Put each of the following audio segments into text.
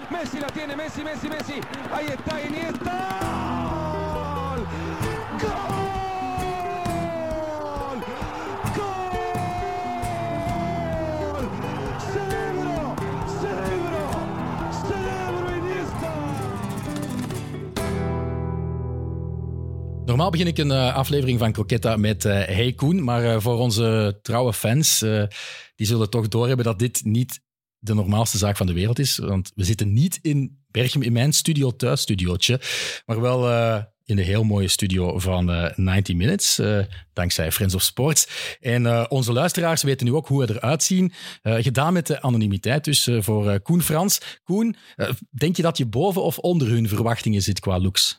Messi la tiene, Messi. Ahí está Iniesta. ¡Gol! Normaal begin ik een aflevering van Croquetta met Hey Koen, maar voor onze trouwe fans, die zullen toch doorhebben dat dit niet de normaalste zaak van de wereld is. Want we zitten niet in Berchem, in mijn thuisstudiootje, maar wel in de heel mooie studio van 90 Minutes, dankzij Friends of Sports. En onze luisteraars weten nu ook hoe we eruit zien. Gedaan met de anonimiteit, dus voor Koen Frans. Koen, denk je dat je boven of onder hun verwachtingen zit qua looks?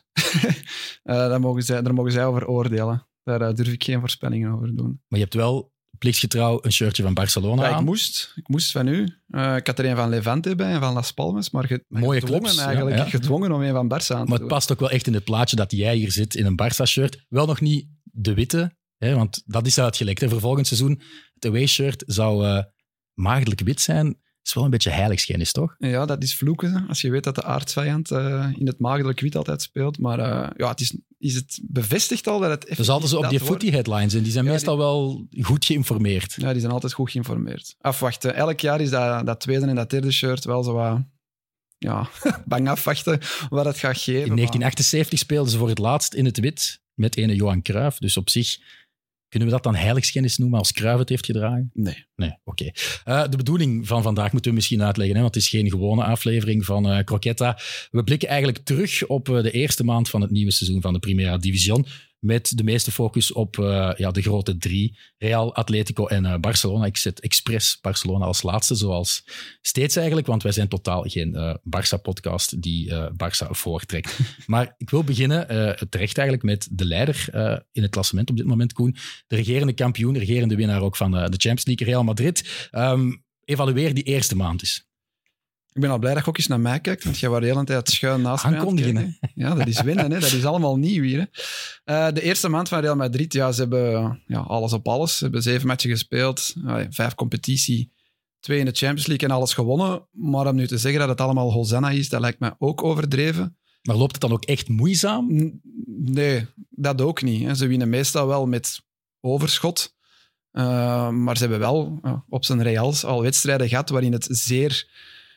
Daar mogen zij over oordelen. Daar durf ik geen voorspellingen over doen. Maar je hebt wel plichtsgetrouw een shirtje van Barcelona aan. Ik moest van u. Ik had er een van Levante bij en van Las Palmas, maar mooie gedwongen clubs, eigenlijk. Ja. Gedwongen om een van Barça aan te doen. Maar het past ook wel echt in het plaatje dat jij hier zit in een Barça-shirt. Wel nog niet de witte, hè, want dat is uitgelekt. Hè. Voor volgend seizoen, het away-shirt zou maagdelijk wit zijn. Dat is wel een beetje heiligschennis, toch? Ja, dat is vloeken. Als je weet dat de aardsvijand in het maagdelijk wit altijd speelt. Maar is het bevestigd al dat het Dat is altijd zo op die footy-headlines en die zijn meestal wel goed geïnformeerd. Ja, die zijn altijd goed geïnformeerd. Afwachten. Elk jaar is dat tweede en dat derde shirt wel zo wat... Ja, bang afwachten wat het gaat geven. In 1978 speelden ze voor het laatst in het wit met ene Johan Cruijff. Dus op zich... Kunnen we dat dan heiligschennis noemen als Cruijff het heeft gedragen? Nee, oké. De bedoeling van vandaag moeten we misschien uitleggen, hè, want het is geen gewone aflevering van Croquetta. We blikken eigenlijk terug op de eerste maand van het nieuwe seizoen van de Primera Division, met de meeste focus op de grote drie, Real, Atletico en Barcelona. Ik zet expres Barcelona als laatste, zoals steeds eigenlijk, want wij zijn totaal geen Barça-podcast die Barça voortrekt. Maar ik wil beginnen, terecht eigenlijk, met de leider in het klassement op dit moment, Koen. De regerende kampioen, de regerende winnaar ook van de Champions League, Real Madrid. Evalueer die eerste maand eens. Ik ben al blij dat je ook eens naar mij kijkt, want jij was de hele tijd schuin naast mij aan het kijken. Ja, dat is winnen, hè. Dat is allemaal nieuw hier. Hè. De eerste maand van Real Madrid, ze hebben alles op alles. Ze hebben 7 matchen gespeeld, 5 competitie, 2 in de Champions League en alles gewonnen. Maar om nu te zeggen dat het allemaal Hosanna is, dat lijkt mij ook overdreven. Maar loopt het dan ook echt moeizaam? Nee, dat ook niet. Hè. Ze winnen meestal wel met overschot. Maar ze hebben wel op zijn Reals al wedstrijden gehad waarin het zeer...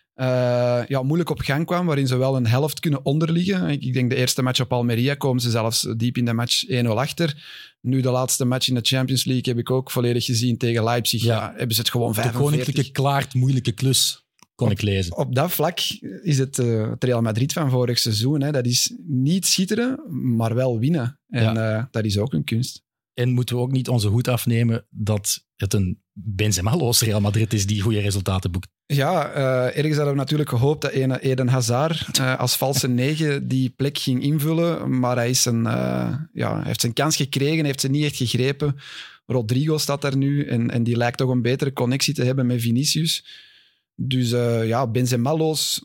moeilijk op gang kwam, waarin ze wel een helft kunnen onderliggen. Ik denk de eerste match op Almeria komen ze zelfs diep in de match 1-0 achter. Nu de laatste match in de Champions League heb ik ook volledig gezien tegen Leipzig. Ja, hebben ze het gewoon 45. De koninklijke klaart moeilijke klus, kon ik lezen. Op dat vlak is het Real Madrid van vorig seizoen. Hè. Dat is niet schitteren, maar wel winnen. En dat is ook een kunst. En moeten we ook niet onze hoed afnemen dat het een Benzema-loos Real Madrid is die goede resultaten boekt? Ja, ergens hadden we natuurlijk gehoopt dat Eden Hazard als valse 9 die plek ging invullen, maar hij heeft zijn kans gekregen, heeft ze niet echt gegrepen. Rodrigo staat daar nu en die lijkt toch een betere connectie te hebben met Vinicius. Dus Benzema-loos,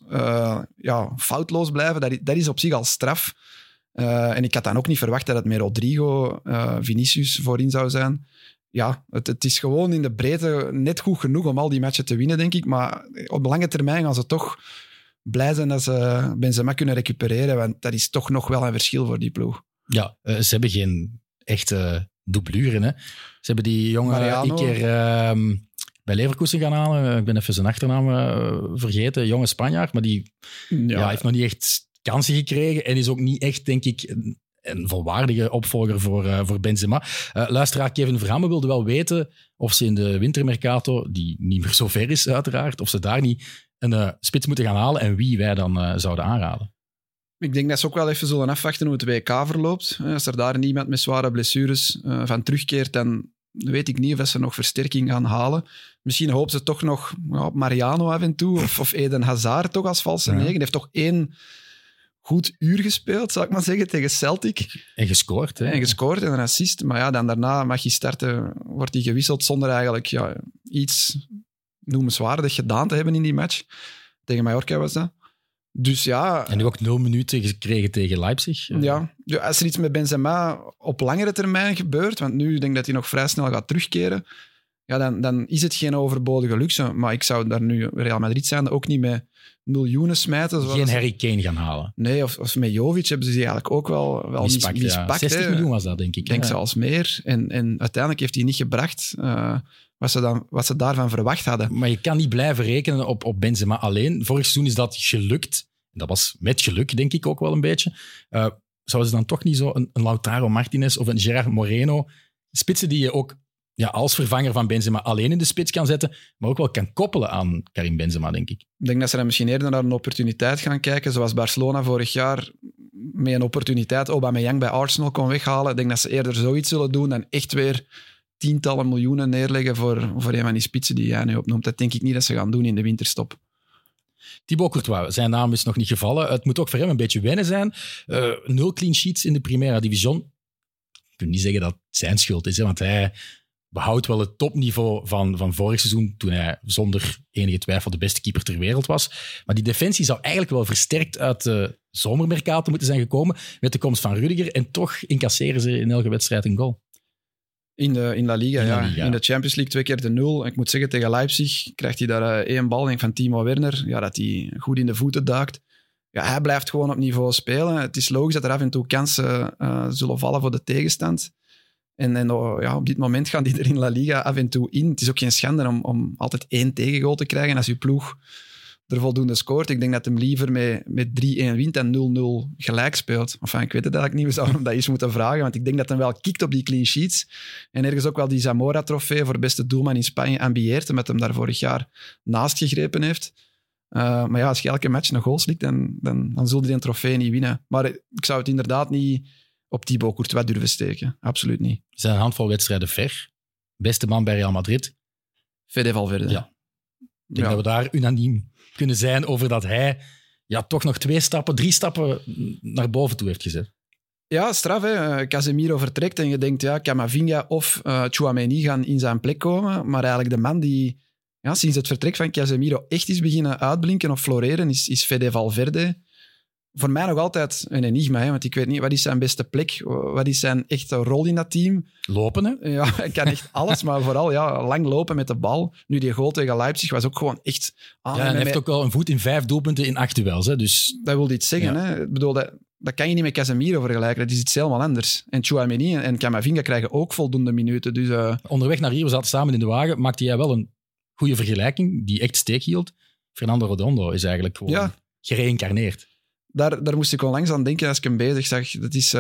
foutloos blijven, dat is op zich al straf. En ik had dan ook niet verwacht dat het met Rodrigo, Vinicius voorin zou zijn. Ja, het is gewoon in de breedte net goed genoeg om al die matchen te winnen, denk ik. Maar op lange termijn gaan ze toch blij zijn dat ze Benzema kunnen recupereren, want dat is toch nog wel een verschil voor die ploeg. Ja, ze hebben geen echte doublure. Hè? Ze hebben die jongen een keer bij Leverkusen gaan halen. Ik ben even zijn achternaam vergeten. Jonge Spanjaard, maar die heeft nog niet echt kansen gekregen en is ook niet echt, denk ik, een volwaardige opvolger voor Benzema. Luisteraar Kevin Verhamme wilde wel weten of ze in de wintermercato, die niet meer zo ver is uiteraard, of ze daar niet een spits moeten gaan halen en wie wij dan zouden aanraden. Ik denk dat ze ook wel even zullen afwachten hoe het WK verloopt. Als er daar niemand met zware blessures van terugkeert, dan weet ik niet of ze nog versterking gaan halen. Misschien hoopt ze toch nog Mariano af en toe, of Eden Hazard toch als valse 9. Die heeft toch 1 goed uur gespeeld, zal ik maar zeggen, tegen Celtic. En gescoord. Hè? En gescoord en een assist. Maar ja, dan daarna mag hij starten, wordt hij gewisseld zonder eigenlijk iets noemenswaardig gedaan te hebben in die match. Tegen Mallorca was dat. Dus ja... En nu ook 0 minuten gekregen tegen Leipzig. Ja, als er iets met Benzema op langere termijn gebeurt, want nu denk ik dat hij nog vrij snel gaat terugkeren, ja, dan is het geen overbodige luxe. Maar ik zou daar nu Real Madrid zijn ook niet met miljoenen smijten. Geen Harry Kane gaan halen. Nee, of met Jovic hebben ze die eigenlijk ook wel mispakt. Ja. 60 miljoen was dat, denk ik. Ik denk zelfs meer. En uiteindelijk heeft hij niet gebracht wat ze daarvan verwacht hadden. Maar je kan niet blijven rekenen op Benzema alleen. Vorig seizoen is dat gelukt. Dat was met geluk, denk ik ook wel een beetje. Zouden ze dan toch niet zo een Lautaro Martinez of een Gerard Moreno, spitsen die je ook als vervanger van Benzema alleen in de spits kan zetten, maar ook wel kan koppelen aan Karim Benzema, denk ik. Ik denk dat ze dan misschien eerder naar een opportuniteit gaan kijken, zoals Barcelona vorig jaar met een opportuniteit Aubameyang bij Arsenal kon weghalen. Ik denk dat ze eerder zoiets zullen doen dan echt weer tientallen miljoenen neerleggen voor een van die spitsen die jij nu opnoemt. Dat denk ik niet dat ze gaan doen in de winterstop. Thibaut Courtois, zijn naam is nog niet gevallen. Het moet ook voor hem een beetje wennen zijn. 0 clean sheets in de Primera Division. Ik kan niet zeggen dat het zijn schuld is, want hij behoudt wel het topniveau van vorig seizoen, toen hij zonder enige twijfel de beste keeper ter wereld was. Maar die defensie zou eigenlijk wel versterkt uit de zomermercato moeten zijn gekomen met de komst van Rudiger. En toch incasseren ze in elke wedstrijd een goal. In La Liga, In de Champions League 2 keer de 0. Ik moet zeggen, tegen Leipzig krijgt hij daar 1 bal, denk van Timo Werner. Ja, dat hij goed in de voeten duikt. Ja, hij blijft gewoon op niveau spelen. Het is logisch dat er af en toe kansen zullen vallen voor de tegenstand. En op dit moment gaan die er in La Liga af en toe in. Het is ook geen schande om altijd 1 tegengoal te krijgen als je ploeg er voldoende scoort. Ik denk dat hem liever met 3-1 wint en 0-0 gelijk speelt. Enfin, ik weet het eigenlijk niet, we zouden hem dat eens moeten vragen, want ik denk dat hij wel kikt op die clean sheets. En ergens ook wel die Zamora-trofee voor beste doelman in Spanje ambieert, omdat hem daar vorig jaar naast gegrepen heeft. Maar ja, als je elke match een goal slikt, dan zul je die een trofee niet winnen. Maar ik zou het inderdaad niet op Thibaut Courtois durven steken. Absoluut niet. Er zijn een handvol wedstrijden ver. Beste man bij Real Madrid. Fede Valverde. Ja. Ik denk dat we daar unaniem kunnen zijn over dat hij toch nog 2 stappen, 3 stappen naar boven toe heeft gezet. Ja, straf hè. Casemiro vertrekt en je denkt, Camavinga of Tchouaméni gaan in zijn plek komen. Maar eigenlijk de man die sinds het vertrek van Casemiro echt is beginnen uitblinken of floreren, is Fede Valverde. Voor mij nog altijd een enigma, hè, want ik weet niet, wat is zijn beste plek? Wat is zijn echte rol in dat team? Lopen, hè? Ja, hij kan echt alles, maar vooral lang lopen met de bal. Nu, die goal tegen Leipzig was ook gewoon echt... en hij heeft ook wel een voet in 5 doelpunten in 8 duels. Hè, dus... Dat wil iets zeggen. Hè? Ik bedoel, dat kan je niet met Casemiro vergelijken. Dat is iets helemaal anders. En Tchouaméni en Camavinga krijgen ook voldoende minuten. Dus, Onderweg naar hier, we zaten samen in de wagen, maakte jij wel een goede vergelijking die echt steek hield. Fernando Redondo is eigenlijk gewoon gereïncarneerd. Daar moest ik onlangs aan denken als ik hem bezig zag. Dat is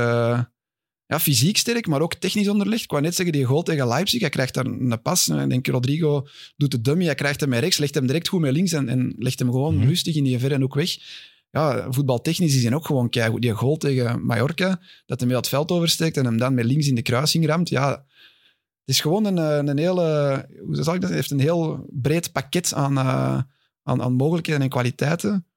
fysiek sterk, maar ook technisch onderlegd. Ik wou net zeggen, die goal tegen Leipzig, hij krijgt daar een pas. Ik denk, Rodrigo doet de dummy, hij krijgt hem met rechts, legt hem direct goed met links en legt hem gewoon rustig in die verre hoek weg. Ja, voetbaltechnisch is hij ook gewoon keigoed. Die goal tegen Mallorca, dat hij met het veld oversteekt en hem dan met links in de kruising ramt. Ja, het is gewoon een hele... Hoe zal ik dat? Hij heeft een heel breed pakket aan mogelijkheden en kwaliteiten.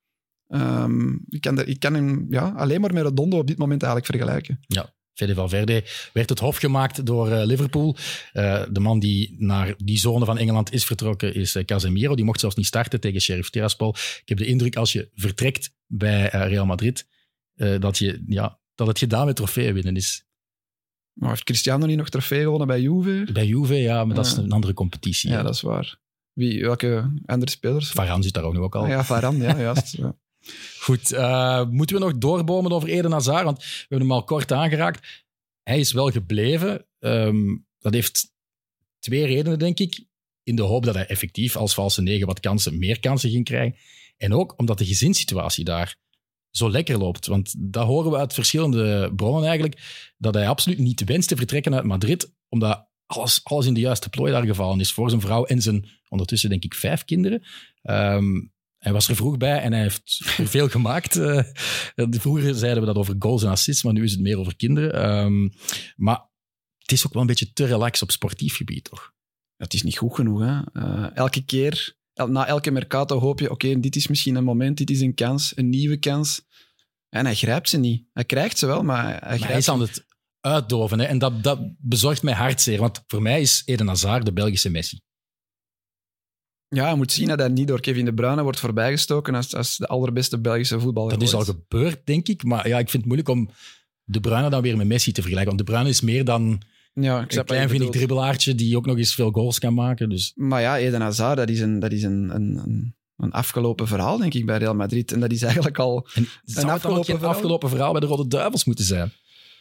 Ik kan hem alleen maar met Redondo op dit moment eigenlijk vergelijken. Ja, Fede Valverde werd het hof gemaakt door Liverpool. De man die naar die zone van Engeland is vertrokken is Casemiro. Die mocht zelfs niet starten tegen Sheriff Tiraspol. Ik heb de indruk, als je vertrekt bij Real Madrid, dat het gedaan met trofeeën winnen is. Maar heeft Cristiano niet nog trofee gewonnen bij Juve? Bij Juve, ja, maar dat is een andere competitie. Ja, dat is waar. Welke andere spelers? Varane zit daar ook nu ook al. Ja, Varane, ja, juist. Ja. Goed, moeten we nog doorbomen over Eden Hazard? Want we hebben hem al kort aangeraakt. Hij is wel gebleven. Dat heeft 2 redenen, denk ik. In de hoop dat hij effectief als valse 9 meer kansen ging krijgen. En ook omdat de gezinssituatie daar zo lekker loopt. Want dat horen we uit verschillende bronnen eigenlijk. Dat hij absoluut niet wenst te vertrekken uit Madrid. Omdat alles in de juiste plooi daar gevallen is. Voor zijn vrouw en zijn ondertussen, denk ik, 5 kinderen. Hij was er vroeg bij en hij heeft er veel gemaakt. Vroeger zeiden we dat over goals en assists, maar nu is het meer over kinderen. Maar het is ook wel een beetje te relax op sportief gebied, toch? Ja, het is niet goed genoeg. Hè? Elke keer, na elke mercato hoop je, oké, dit is misschien een moment, dit is een kans, een nieuwe kans. En hij grijpt ze niet. Hij krijgt ze wel, maar hij is aan het uitdoven. Hè? En dat bezorgt mij hartzeer, want voor mij is Eden Hazard de Belgische Messi. Ja, je moet zien dat hij niet door Kevin De Bruyne wordt voorbijgestoken als de allerbeste Belgische voetballer. Dat is al gebeurd, denk ik. Maar ja, ik vind het moeilijk om De Bruyne dan weer met Messi te vergelijken. Want De Bruyne is meer dan Ja, ik een klein vinnig dribbelaartje die ook nog eens veel goals kan maken. Dus. Maar ja, Eden Hazard, dat is een afgelopen verhaal, denk ik, bij Real Madrid. En dat is eigenlijk al zou het dan ook geen afgelopen verhaal bij de Rode Duivels moeten zijn?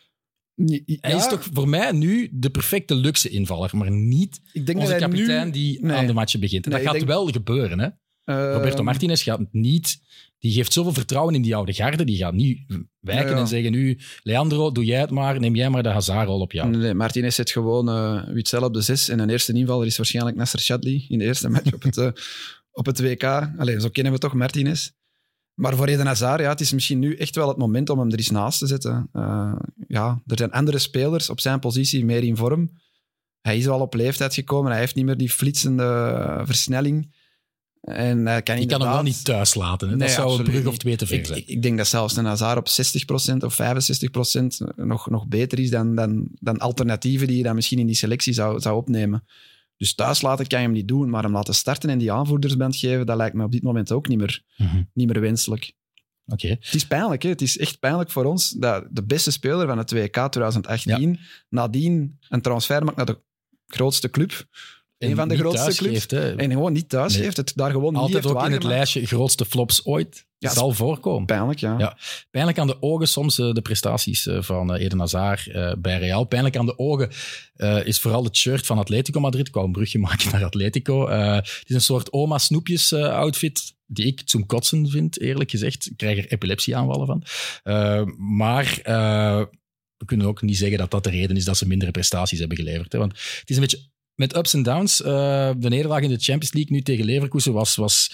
Ja. Hij is toch voor mij nu de perfecte luxe invaller, maar niet onze kapitein die aan de matchen begint. En dat gaat wel gebeuren, hè? Roberto Martinez gaat niet... Die geeft zoveel vertrouwen in die oude garde. Die gaat niet wijken en zeggen nu... Leandro, doe jij het maar. Neem jij maar de Hazard-rol op jou. Nee, Martinez zet gewoon Witsel op de 6. En een eerste invaller is waarschijnlijk Nasser Chadli in de eerste match op het WK. Allee, zo kennen we toch Martinez. Maar voor Eden Hazard, het is misschien nu echt wel het moment om hem er eens naast te zetten. Er zijn andere spelers op zijn positie meer in vorm. Hij is al op leeftijd gekomen. Hij heeft niet meer die flitsende versnelling. En je kan hem wel niet thuis laten. Hè? Nee, dat zou absoluut. Een brug of twee te ver zijn. Ik denk dat zelfs een Hazard op 60% of 65% nog beter is dan alternatieven die je dan misschien in die selectie zou opnemen. Dus thuis laten kan je hem niet doen, maar hem laten starten en die aanvoerdersband geven, dat lijkt me op dit moment ook niet meer wenselijk. Okay. Het is pijnlijk, hè? Het is echt pijnlijk voor ons dat de beste speler van het WK 2018 nadien een transfer maakt naar de grootste club. Een van de grootste clubs. En gewoon niet thuis heeft. Het daar gewoon altijd niet heeft ook in het lijstje grootste flops ooit. Ja, zal voorkomen. Pijnlijk, ja. Pijnlijk aan de ogen soms de prestaties van Eden Hazard bij Real. Pijnlijk aan de ogen is vooral het shirt van Atletico Madrid. Ik wou een brugje maken naar Atletico. Het is een soort oma snoepjes outfit die ik zum kotsen vind, eerlijk gezegd. Ik krijg er epilepsieaanvallen van. Maar we kunnen ook niet zeggen dat dat de reden is dat ze mindere prestaties hebben geleverd. Hè? Want het is een beetje... Met ups en downs. De nederlaag in de Champions League nu tegen Leverkusen was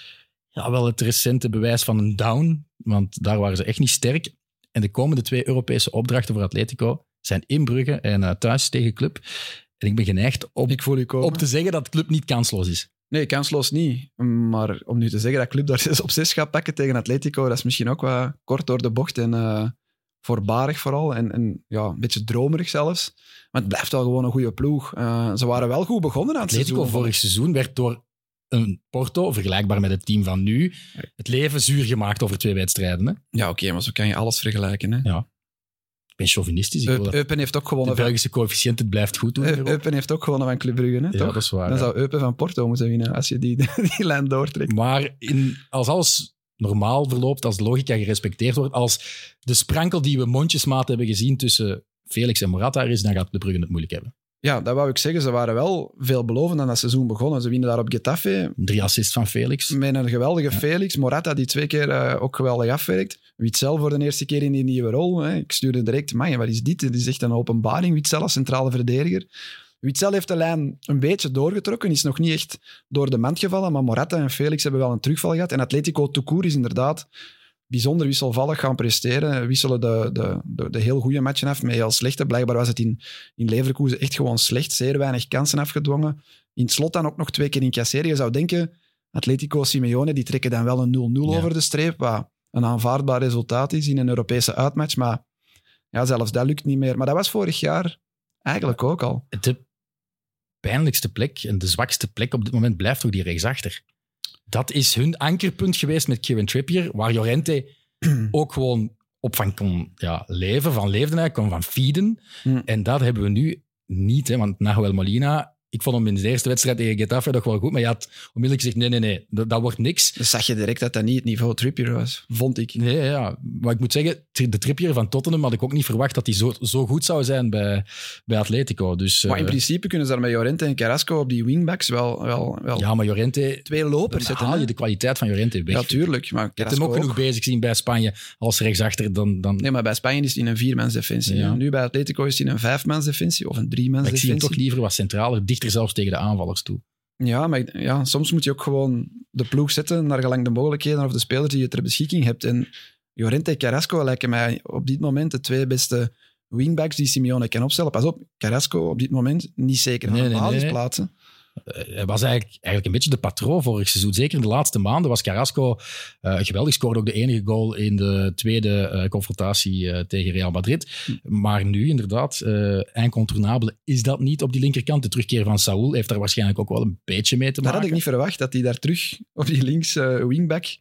wel het recente bewijs van een down. Want daar waren ze echt niet sterk. En de komende 2 Europese opdrachten voor Atletico zijn in Brugge en thuis tegen Club. En ik ben geneigd op te zeggen dat Club niet kansloos is. Nee, kansloos niet. Maar om nu te zeggen dat Club daar 6 op 6 gaat pakken tegen Atletico, dat is misschien ook wat kort door de bocht en voorbarig vooral. En een beetje dromerig zelfs. Maar het blijft wel gewoon een goede ploeg. Ze waren wel goed begonnen aan het Atletico seizoen. Vorig seizoen werd door een Porto, vergelijkbaar met het team van nu, het leven zuur gemaakt over 2 wedstrijden. Hè? Ja, oké, maar zo kan je alles vergelijken. Hè? Ja. Ik ben chauvinistisch. Eupen heeft ook gewonnen. De Belgische coëfficiënt, het blijft goed doen. Eupen heeft ook gewonnen van Club Brugge, hè, toch? Ja, dat is waar. Dan zou Eupen van Porto moeten winnen als je die lijn doortrekt. Maar als alles normaal verloopt, als de logica gerespecteerd wordt, als de sprankel die we mondjesmaat hebben gezien tussen Felix en Morata is, dan gaat de Brugge het moeilijk hebben. Ja, dat wou ik zeggen. Ze waren wel veelbelovend aan dat seizoen begonnen. Ze winnen daar op Getafe. 3 assists van Felix. Met een geweldige Felix. Morata die 2 keer ook geweldig afwerkt. Witsel voor de eerste keer in die nieuwe rol. Hè. Ik stuurde direct, wat is dit? Dit is echt een openbaring. Witsel als centrale verdediger. Witsel heeft de lijn een beetje doorgetrokken. Is nog niet echt door de mand gevallen. Maar Morata en Felix hebben wel een terugval gehad. En Atletico tout court is inderdaad bijzonder wisselvallig gaan presteren. Wisselen de heel goede matchen af met heel slechte. Blijkbaar was het in Leverkusen echt gewoon slecht. Zeer weinig kansen afgedwongen. In het slot dan ook nog 2 keer incasseren. Je zou denken, Atletico, Simeone, die trekken dan wel een 0-0 over de streep. Wat een aanvaardbaar resultaat is in een Europese uitmatch. Maar ja, zelfs dat lukt niet meer. Maar dat was vorig jaar eigenlijk ook al. De pijnlijkste plek en de zwakste plek op dit moment blijft toch die rechtsachter. Dat is hun ankerpunt geweest met Kieran Trippier, waar Llorente ook gewoon op van kon leven, van leefde hij, kon van feeden. En dat hebben we nu niet, hè, want Nahuel Molina, ik vond hem in de eerste wedstrijd tegen Getafe nog wel goed, maar je had onmiddellijk gezegd, nee, dat wordt niks. Dus zag je direct dat dat niet het niveau Trippier was, vond ik. Nee, ja. Maar ik moet zeggen, de Trippier van Tottenham had ik ook niet verwacht dat hij zo goed zou zijn bij Atletico. Dus, maar in principe kunnen ze daar met Llorente en Carrasco op die wingbacks wel ja, maar Llorente... 2 lopers dan zetten. Haal je de kwaliteit van Llorente weg. Ja, tuurlijk. Maar je hebt hem ook genoeg bezig zien bij Spanje als rechtsachter. Dan... Nee, maar bij Spanje is hij in een 4-mans defensie. Ja. Nu bij Atletico is hij in een 5-mans defensie of een 3-mans defensie. Ik zie hem toch liever wat centraler, dichter zelfs tegen de aanvallers toe. Ja, maar soms moet je ook gewoon de ploeg zetten naar gelang de mogelijkheden of de spelers die je ter beschikking hebt. En Llorente en Carrasco lijken mij op dit moment de 2 beste wingbacks die Simeone kan opstellen. Pas op, Carrasco op dit moment niet zeker aan de basisplaatsen. Hij was eigenlijk een beetje de patroon vorig seizoen. Zeker in de laatste maanden was Carrasco geweldig. Scoorde ook de enige goal in de tweede confrontatie tegen Real Madrid. Maar nu inderdaad, incontournabele is dat niet op die linkerkant. De terugkeer van Saúl heeft daar waarschijnlijk ook wel een beetje mee te maken. Dat had ik niet verwacht, dat hij daar terug op die links wingback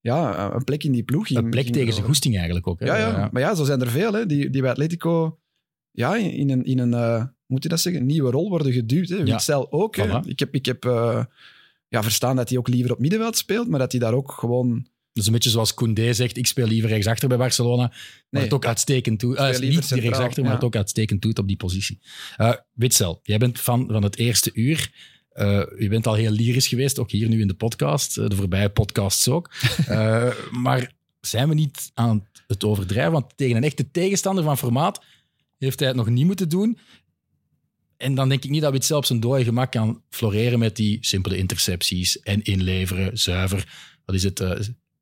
een plek in die ploeg ging. Een plek tegen zijn goesting eigenlijk ook. Hè? Ja, maar zo zijn er veel hè, die bij Atletico in een moet je dat zeggen, nieuwe rol worden geduwd. Hè? Witsel ook. Voilà. Ik heb verstaan dat hij ook liever op middenveld speelt, maar dat hij daar ook gewoon... Dus een beetje zoals Koundé zegt, ik speel liever rechtsachter bij Barcelona, maar het ook uitstekend doet. Niet die rechtsachter, maar het ook uitstekend doet op die positie. Witsel, jij bent fan van het eerste uur. Je bent al heel lyrisch geweest, ook hier nu in de podcast, de voorbije podcasts ook. Maar zijn we niet aan het overdrijven? Want tegen een echte tegenstander van formaat heeft hij het nog niet moeten doen. En dan denk ik niet dat Witsel op zijn dode gemak kan floreren met die simpele intercepties en inleveren, zuiver. Wat is het?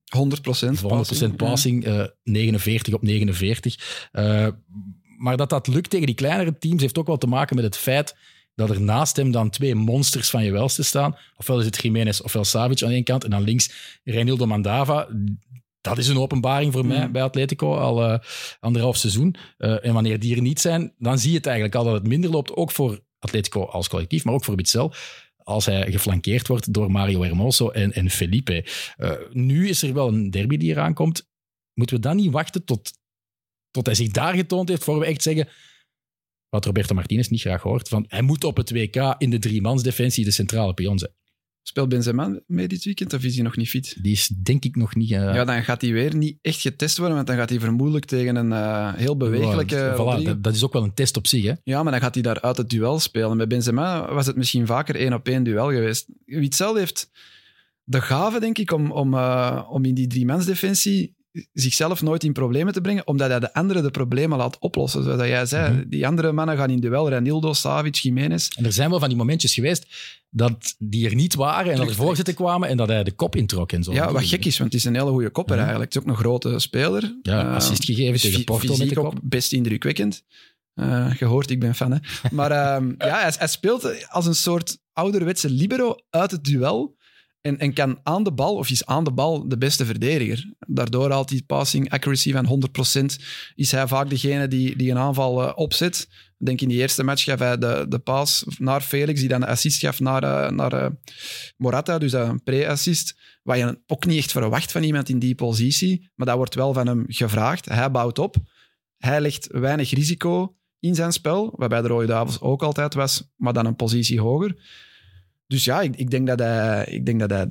100% passing, 49 op 49. Maar dat lukt tegen die kleinere teams heeft ook wel te maken met het feit dat er naast hem dan 2 monsters van je welste staan. Ofwel is het Jiménez ofwel Savic aan één kant en dan links Reinildo Mandava. Dat is een openbaring voor mij bij Atletico al 1,5 seizoen. En wanneer die er niet zijn, dan zie je het eigenlijk al dat het minder loopt. Ook voor Atletico als collectief, maar ook voor Witsel. Als hij geflankeerd wordt door Mario Hermoso en Felipe. Nu is er wel een derby die eraan komt. Moeten we dan niet wachten tot hij zich daar getoond heeft, voor we echt zeggen, wat Roberto Martinez niet graag hoort, van hij moet op het WK in de 3-mansdefensie de centrale pion zijn. Speelt Benzema mee dit weekend of is hij nog niet fit? Die is denk ik nog niet... Ja, dan gaat hij weer niet echt getest worden, want dan gaat hij vermoedelijk tegen een heel bewegelijke... Voilà, dat is ook wel een test op zich, hè? Ja, maar dan gaat hij daar uit het duel spelen. Bij Benzema was het misschien vaker 1-op-1 duel geweest. Witsel heeft de gave, denk ik, om in die 3-mansdefensie zichzelf nooit in problemen te brengen, omdat hij de anderen de problemen laat oplossen. Zoals jij zei, die andere mannen gaan in duel, Reinildo, Savic, Jiménez. En er zijn wel van die momentjes geweest dat die er niet waren en dat er voorzitten kwamen en dat hij de kop introk en zo. Ja, wat gek is, want het is een hele goede kopper eigenlijk. Het is ook een grote speler. Ja, assist gegeven tegen Porto met de kop. Ook best indrukwekkend. Je hoort, ik ben fan. Hè. Maar hij speelt als een soort ouderwetse libero uit het duel. En kan aan de bal, of is aan de bal de beste verdediger. Daardoor haalt die passing accuracy van 100%. Is hij vaak degene die een aanval opzet. Ik denk in die eerste match gaf hij de pass naar Felix, die dan de assist gaf naar Morata. Dus een pre-assist. Wat je ook niet echt verwacht van iemand in die positie. Maar dat wordt wel van hem gevraagd. Hij bouwt op. Hij legt weinig risico in zijn spel. Waarbij de Rode Duivels ook altijd was, maar dan een positie hoger. Dus ja, ik denk dat hij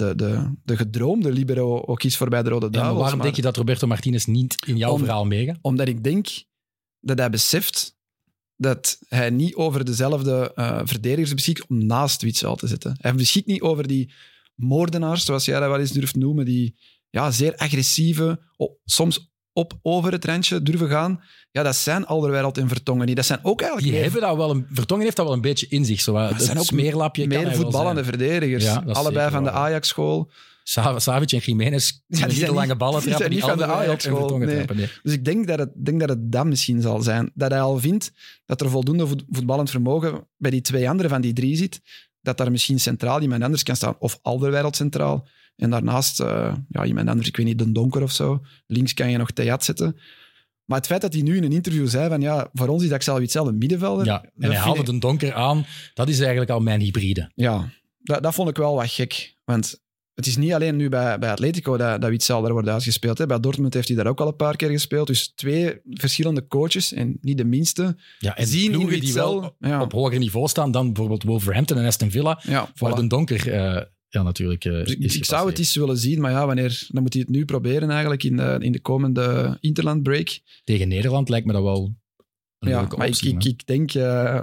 de gedroomde libero ook is voor bij de Rode Duivels. Maar waarom denk je dat Roberto Martinez niet in jouw verhaal meegaat? Omdat ik denk dat hij beseft dat hij niet over dezelfde verdedigers beschikt om naast Witsel te zetten. Hij beschikt niet over die moordenaars, zoals jij dat wel eens durft noemen, die zeer agressieve, soms over het randje durven gaan. Ja, dat zijn Alderweireld en Vertongen niet. Dat zijn ook eigenlijk... Vertongen heeft dat wel een beetje in zich. Zo, het zijn ook smeerlapje meer voetballende verdedigers. Ja, allebei van de Ajax-school. Savic en Jiménez die niet de lange ballen trappen. Die zijn niet van de Ajax-school. Nee. Dus ik denk dat het dat misschien zal zijn. Dat hij al vindt dat er voldoende voetballend vermogen bij die 2 anderen van die 3 zit. Dat daar misschien centraal iemand anders kan staan. Of Alderweireld centraal. En daarnaast iemand anders, ik weet niet, Den Donker of zo. Links kan je nog Theat zetten. Maar het feit dat hij nu in een interview zei van voor ons is Axel Witsel een middenvelder. Ja, en hij haalde Den Donker aan. Dat is eigenlijk al mijn hybride. Ja, dat vond ik wel wat gek. Want het is niet alleen nu bij Atletico dat Witsel daar wordt uitgespeeld. Hè. Bij Dortmund heeft hij daar ook al een paar keer gespeeld. Dus 2 verschillende coaches, en niet de minste, ja, en zien in Witsel die wel op hoger niveau staan dan bijvoorbeeld Wolverhampton en Aston Villa, waar Den Donker... natuurlijk. Ik zou het eens willen zien, maar dan moet hij het nu proberen eigenlijk in de komende Interland-break. Tegen Nederland lijkt me dat wel een leuke optie. Maar ik denk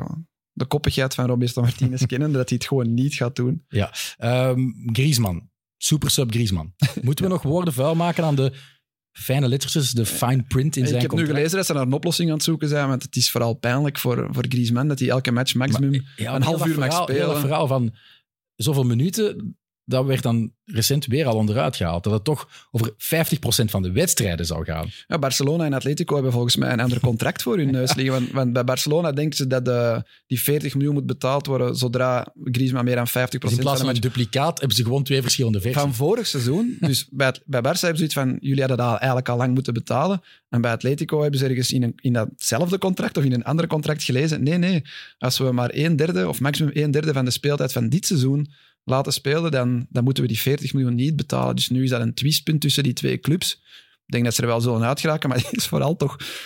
de koppigheid van Roberto Martinez kennen, dat hij het gewoon niet gaat doen. Ja. Griezmann. Super sub Griezmann. Moeten we nog woorden vuil maken aan de fijne lettertjes, de fine print in zijn contract? Ik heb nu gelezen dat ze naar een oplossing aan het zoeken zijn, want het is vooral pijnlijk voor Griezmann dat hij elke match maximum een half uur mag spelen. Het verhaal van zoveel minuten, dat werd dan recent weer al onderuit gehaald. Dat het toch over 50% van de wedstrijden zou gaan. Ja, Barcelona en Atletico hebben volgens mij een ander contract voor hun neus liggen. Want bij Barcelona denken ze dat die 40 miljoen moet betaald worden zodra Griezmann meer dan 50% dus in plaats van een duplicaat hebben ze gewoon 2 verschillende versies. Van vorig seizoen. Dus bij Barça hebben ze zoiets van, jullie hadden dat eigenlijk al lang moeten betalen. En bij Atletico hebben ze ergens in datzelfde contract of in een ander contract gelezen. Nee. Als we maar 1/3 of maximum 1/3 van de speeltijd van dit seizoen laten spelen, dan moeten we die 40 miljoen niet betalen. Dus nu is dat een twistpunt tussen die 2 clubs. Ik denk dat ze er wel zullen uitgeraken, maar het is vooral toch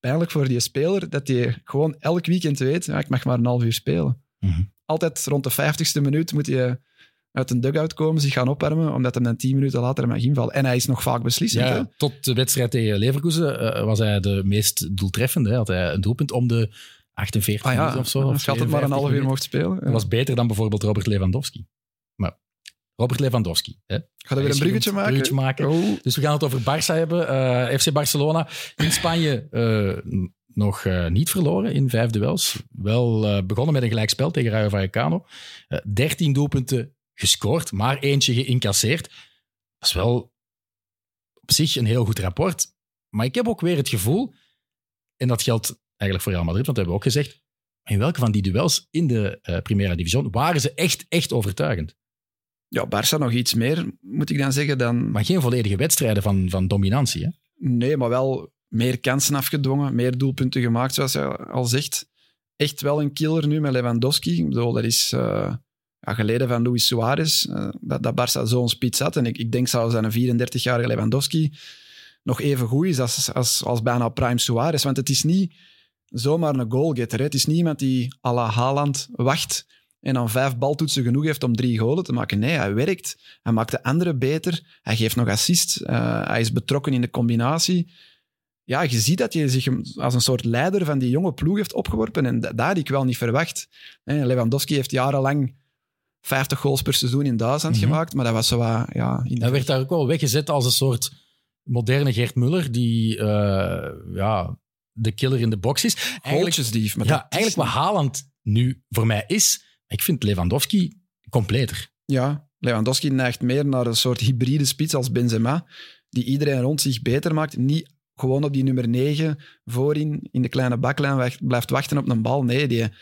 pijnlijk voor die speler dat hij gewoon elk weekend weet, ik mag maar een half uur spelen. Mm-hmm. Altijd rond de 50ste minuut moet hij uit een dugout komen, zich gaan opwarmen, omdat hij dan 10 minuten later mag invallen. En hij is nog vaak beslissend. Ja, hè? tot de wedstrijd tegen Leverkusen was hij de meest doeltreffende. Hè. Had hij een doelpunt om de 48 minuten of zo. Als je altijd maar een half uur mocht spelen. Dat was beter dan bijvoorbeeld Robert Lewandowski. Maar Robert Lewandowski. Hè. Ga je weer een bruggetje maken? Oh. Dus we gaan het over Barça hebben. FC Barcelona in Spanje nog niet verloren in 5 duels. Wel begonnen met een gelijkspel tegen Rayo Vallecano. 13 doelpunten gescoord, maar eentje geïncasseerd. Dat is wel op zich een heel goed rapport. Maar ik heb ook weer het gevoel, en dat geldt eigenlijk voor Real Madrid, want dat hebben we ook gezegd, in welke van die duels in de Primera Division waren ze echt overtuigend? Ja, Barça nog iets meer, moet ik dan zeggen, dan... Maar geen volledige wedstrijden van dominantie, hè? Nee, maar wel meer kansen afgedwongen, meer doelpunten gemaakt, zoals je al zegt. Echt wel een killer nu met Lewandowski. Ik bedoel, dat is geleden van Luis Suarez, dat Barça zo'n spits had. En ik denk zelfs dat een 34-jarige Lewandowski nog even goed is als bijna prime Suarez. Want het is niet zomaar een goalgetter. Hè. Het is niet iemand die à la Haaland wacht en dan 5 baltoetsen genoeg heeft om 3 golen te maken. Nee, hij werkt. Hij maakt de anderen beter. Hij geeft nog assist. Hij is betrokken in de combinatie. Ja, je ziet dat hij zich als een soort leider van die jonge ploeg heeft opgeworpen. En dat had ik wel niet verwacht. Lewandowski heeft jarenlang 50 goals per seizoen in Duitsland gemaakt, maar dat was zo wat... Hij werd daar ook wel weggezet als een soort moderne Gert Muller, die de killer in de box is. Goaltjesdief. Eigenlijk wat Haaland nu voor mij is, ik vind Lewandowski completer. Ja, Lewandowski neigt meer naar een soort hybride spits als Benzema, die iedereen rond zich beter maakt. Niet gewoon op die nummer 9 voorin in de kleine baklijn blijft wachten op een bal. Nee, die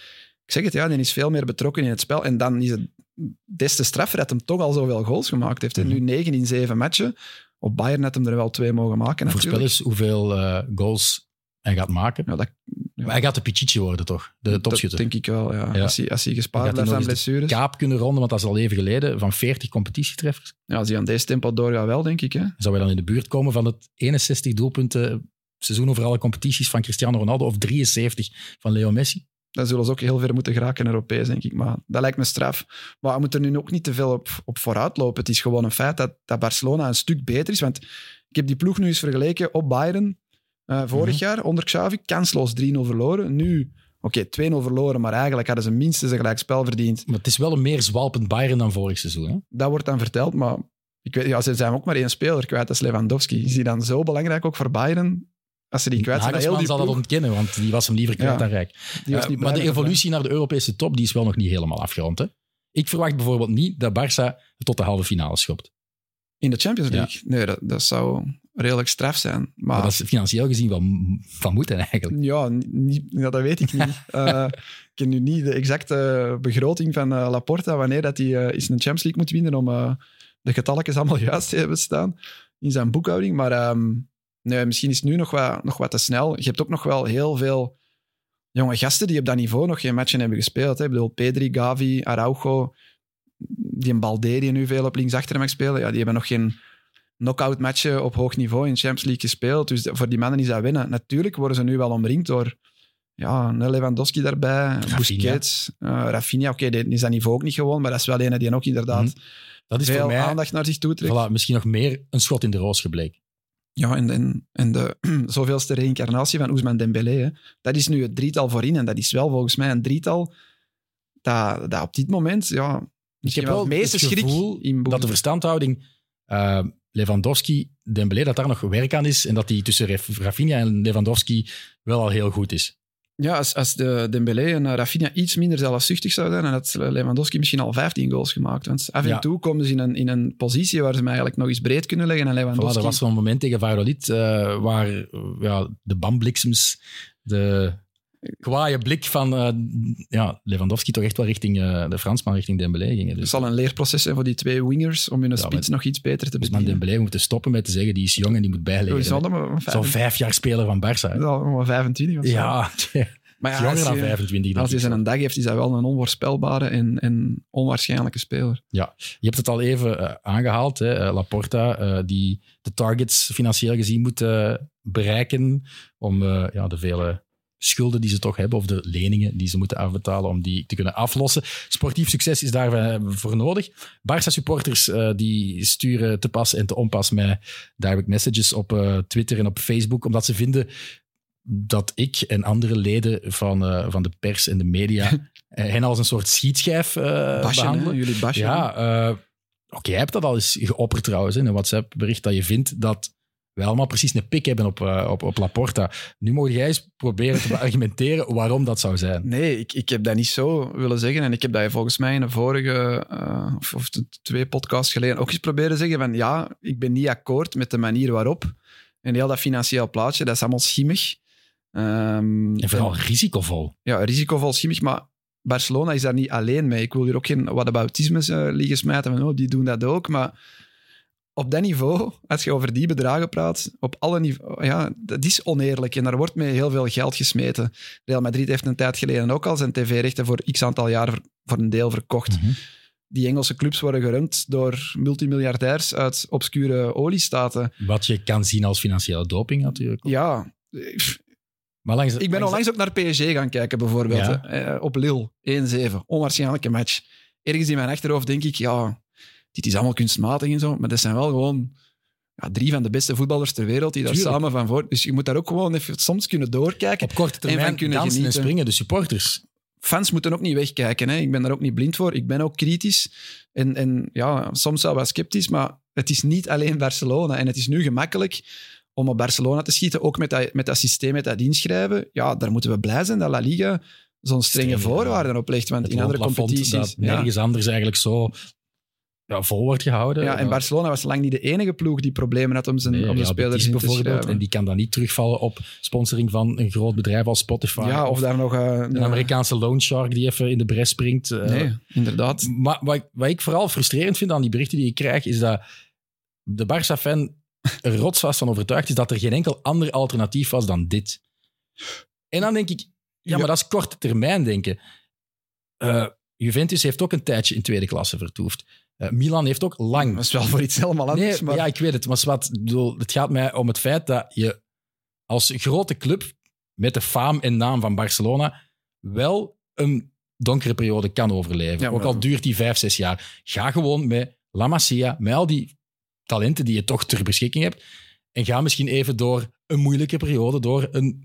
is veel meer betrokken in het spel. En dan is het des te straffer dat hem toch al zoveel goals gemaakt heeft. Nu 9 in 7 matchen. Op Bayern had hem er wel 2 mogen maken. Voorspel eens hoeveel goals hij gaat maken. Maar hij gaat de Pichichi worden, toch? De topschutter. Dat denk ik wel, ja. Als hij gespaard blijft aan blessures. Kaap kunnen ronden, want dat is al even geleden, van 40 competitietreffers. Ja, als hij aan deze tempo doorgaat wel, denk ik. Hè? Zou hij dan in de buurt komen van het 61 doelpunten seizoen over alle competities van Cristiano Ronaldo of 73 van Leo Messi? Dan zullen ze ook heel ver moeten geraken in Europees, denk ik. Maar dat lijkt me straf. Maar we moeten er nu ook niet te veel op vooruit lopen. Het is gewoon een feit dat Barcelona een stuk beter is. Want ik heb die ploeg nu eens vergeleken op Bayern vorig jaar onder Xavi. Kansloos 3-0 verloren. Nu, 2-0 verloren, maar eigenlijk hadden ze minstens een gelijkspel verdiend. Maar het is wel een meer zwalpend Bayern dan vorig seizoen. Hè? Dat wordt dan verteld, maar ik weet, ze zijn ook maar 1 speler kwijt, dat is Lewandowski. Is die dan zo belangrijk ook voor Bayern? Als ze die kwijt zijn, Nagelsman zal dat ontkennen, want die was hem liever kwijt dan rijk. Maar de evolutie naar de Europese top die is wel nog niet helemaal afgerond. Hè? Ik verwacht bijvoorbeeld niet dat Barça tot de halve finale schopt. In de Champions League? Ja. Nee, dat zou redelijk straf zijn. Maar dat is financieel gezien wel van moeten eigenlijk. Ja, dat weet ik niet. Ik ken nu niet de exacte begroting van Laporta, wanneer dat hij eens een Champions League moet winnen om de getalletjes allemaal juist te hebben staan in zijn boekhouding. Maar nee, misschien is het nu nog wat te snel. Je hebt ook nog wel heel veel jonge gasten die op dat niveau nog geen matchen hebben gespeeld. Hè. Ik bedoel, Pedri, Gavi, Araujo, die een Balde die nu veel op linksachter mag spelen, die hebben nog geen knock-out matchen op hoog niveau in de Champions League gespeeld. Dus voor die mannen is dat winnen. Natuurlijk worden ze nu wel omringd door een Lewandowski daarbij, Busquets, Rafinha. Oké, die is dat niveau ook niet gewoon, maar dat is wel een die ook inderdaad dat is veel voor mij, aandacht naar zich toe trekt. Voilà, misschien nog meer een schot in de roos gebleken. Ja, en de zoveelste reïncarnatie van Ousmane Dembélé. Hè. Dat is nu het drietal voorin. En dat is wel volgens mij een drietal dat op dit moment... ik heb wel het meeste gevoel dat de verstandhouding Lewandowski, Dembélé, dat daar nog werk aan is en dat die tussen Rafinha en Lewandowski wel al heel goed is. Ja, als de Dembélé en Rafinha iets minder zelfzuchtig zouden zijn, dan had Lewandowski misschien al 15 goals gemaakt. Want af en toe komen ze in een positie waar ze hem eigenlijk nog eens breed kunnen leggen. En Lewandowski... Er was zo'n moment tegen Valladolid waar de bambliksems, de kwaaie blik van Lewandowski toch echt wel richting de Fransman, richting Dembélé gingen. Dus het zal een leerproces zijn voor die 2 wingers om hun spits nog iets beter te bedienen. Dus Dembélé moet stoppen met te zeggen, die is jong en die moet bijleren. Zo'n 5 jaar speler van Barça. Maar 25 of zo. Ja, Maar ja, jonger dan 25. Als hij zijn dag heeft, is hij wel een onvoorspelbare en onwaarschijnlijke speler. Ja, je hebt het al even aangehaald. Hè? Laporta, die de targets financieel gezien moet bereiken om de vele schulden die ze toch hebben, of de leningen die ze moeten afbetalen om die te kunnen aflossen. Sportief succes is daarvoor nodig. Barça-supporters die sturen te pas en te onpas mij direct messages op Twitter en op Facebook, omdat ze vinden dat ik en andere leden van de pers en de media hen als een soort schietschijf behandelen. Jullie bashen. Ja, oké, je hebt dat al eens geopperd trouwens, in een WhatsApp-bericht, dat je vindt dat wij allemaal precies een pik hebben op Laporta. Nu mag jij eens proberen te argumenteren waarom dat zou zijn. Nee, ik heb dat niet zo willen zeggen. En ik heb dat volgens mij in de vorige, of 2 podcasts geleden ook eens proberen zeggen van ja, ik ben niet akkoord met de manier waarop. En heel dat financieel plaatje, dat is allemaal schimmig. En vooral risicovol. Ja, risicovol, schimmig, maar Barcelona is daar niet alleen mee. Ik wil hier ook geen whataboutismes liggen smijten van die doen dat ook, maar op dat niveau, als je over die bedragen praat, op alle niveaus, ja, dat is oneerlijk en daar wordt mee heel veel geld gesmeten. Real Madrid heeft een tijd geleden ook al zijn tv-rechten voor x aantal jaar voor een deel verkocht. Mm-hmm. Die Engelse clubs worden gerund door multimiljardairs uit obscure oliestaten. Wat je kan zien als financiële doping natuurlijk. Ja. Maar ik ben onlangs ook naar PSG gaan kijken bijvoorbeeld. Ja. Op Lille, 1-7. Onwaarschijnlijke match. Ergens in mijn achterhoofd denk ik, ja, dit is allemaal kunstmatig en zo, maar dat zijn wel gewoon 3 van de beste voetballers ter wereld die daar samen van voor. Dus je moet daar ook gewoon even soms kunnen doorkijken. Op korte termijn kunnen dansen en springen, de supporters. Fans moeten ook niet wegkijken. Hè. Ik ben daar ook niet blind voor. Ik ben ook kritisch. En ja, soms wel wat sceptisch, maar het is niet alleen Barcelona. En het is nu gemakkelijk om op Barcelona te schieten, ook met dat systeem, met dat inschrijven. Ja, daar moeten we blij zijn dat La Liga zo'n strenge voorwaarden oplegt. Want in andere competities... Dat nergens anders eigenlijk zo vol wordt gehouden. Ja, en Barcelona was lang niet de enige ploeg die problemen had om zijn spelers in te schrijven. En die kan dan niet terugvallen op sponsoring van een groot bedrijf als Spotify. Ja, of daar nog een Amerikaanse loan shark die even in de bres springt. Nee, inderdaad. Maar wat ik vooral frustrerend vind aan die berichten die ik krijg, is dat de Barça-fan er rotsvast van overtuigd is dat er geen enkel ander alternatief was dan dit. En dan denk ik, maar dat is korte termijn denken. Juventus heeft ook een tijdje in tweede klasse vertoefd. Milan heeft ook lang... Dat is wel voor iets helemaal anders. Nee, maar... Ja, ik weet het. Maar het gaat mij om het feit dat je als grote club met de faam en naam van Barcelona wel een donkere periode kan overleven. Ja, ook al duurt die 5-6 jaar. Ga gewoon met La Masia, met al die talenten die je toch ter beschikking hebt, en ga misschien even door een moeilijke periode, door een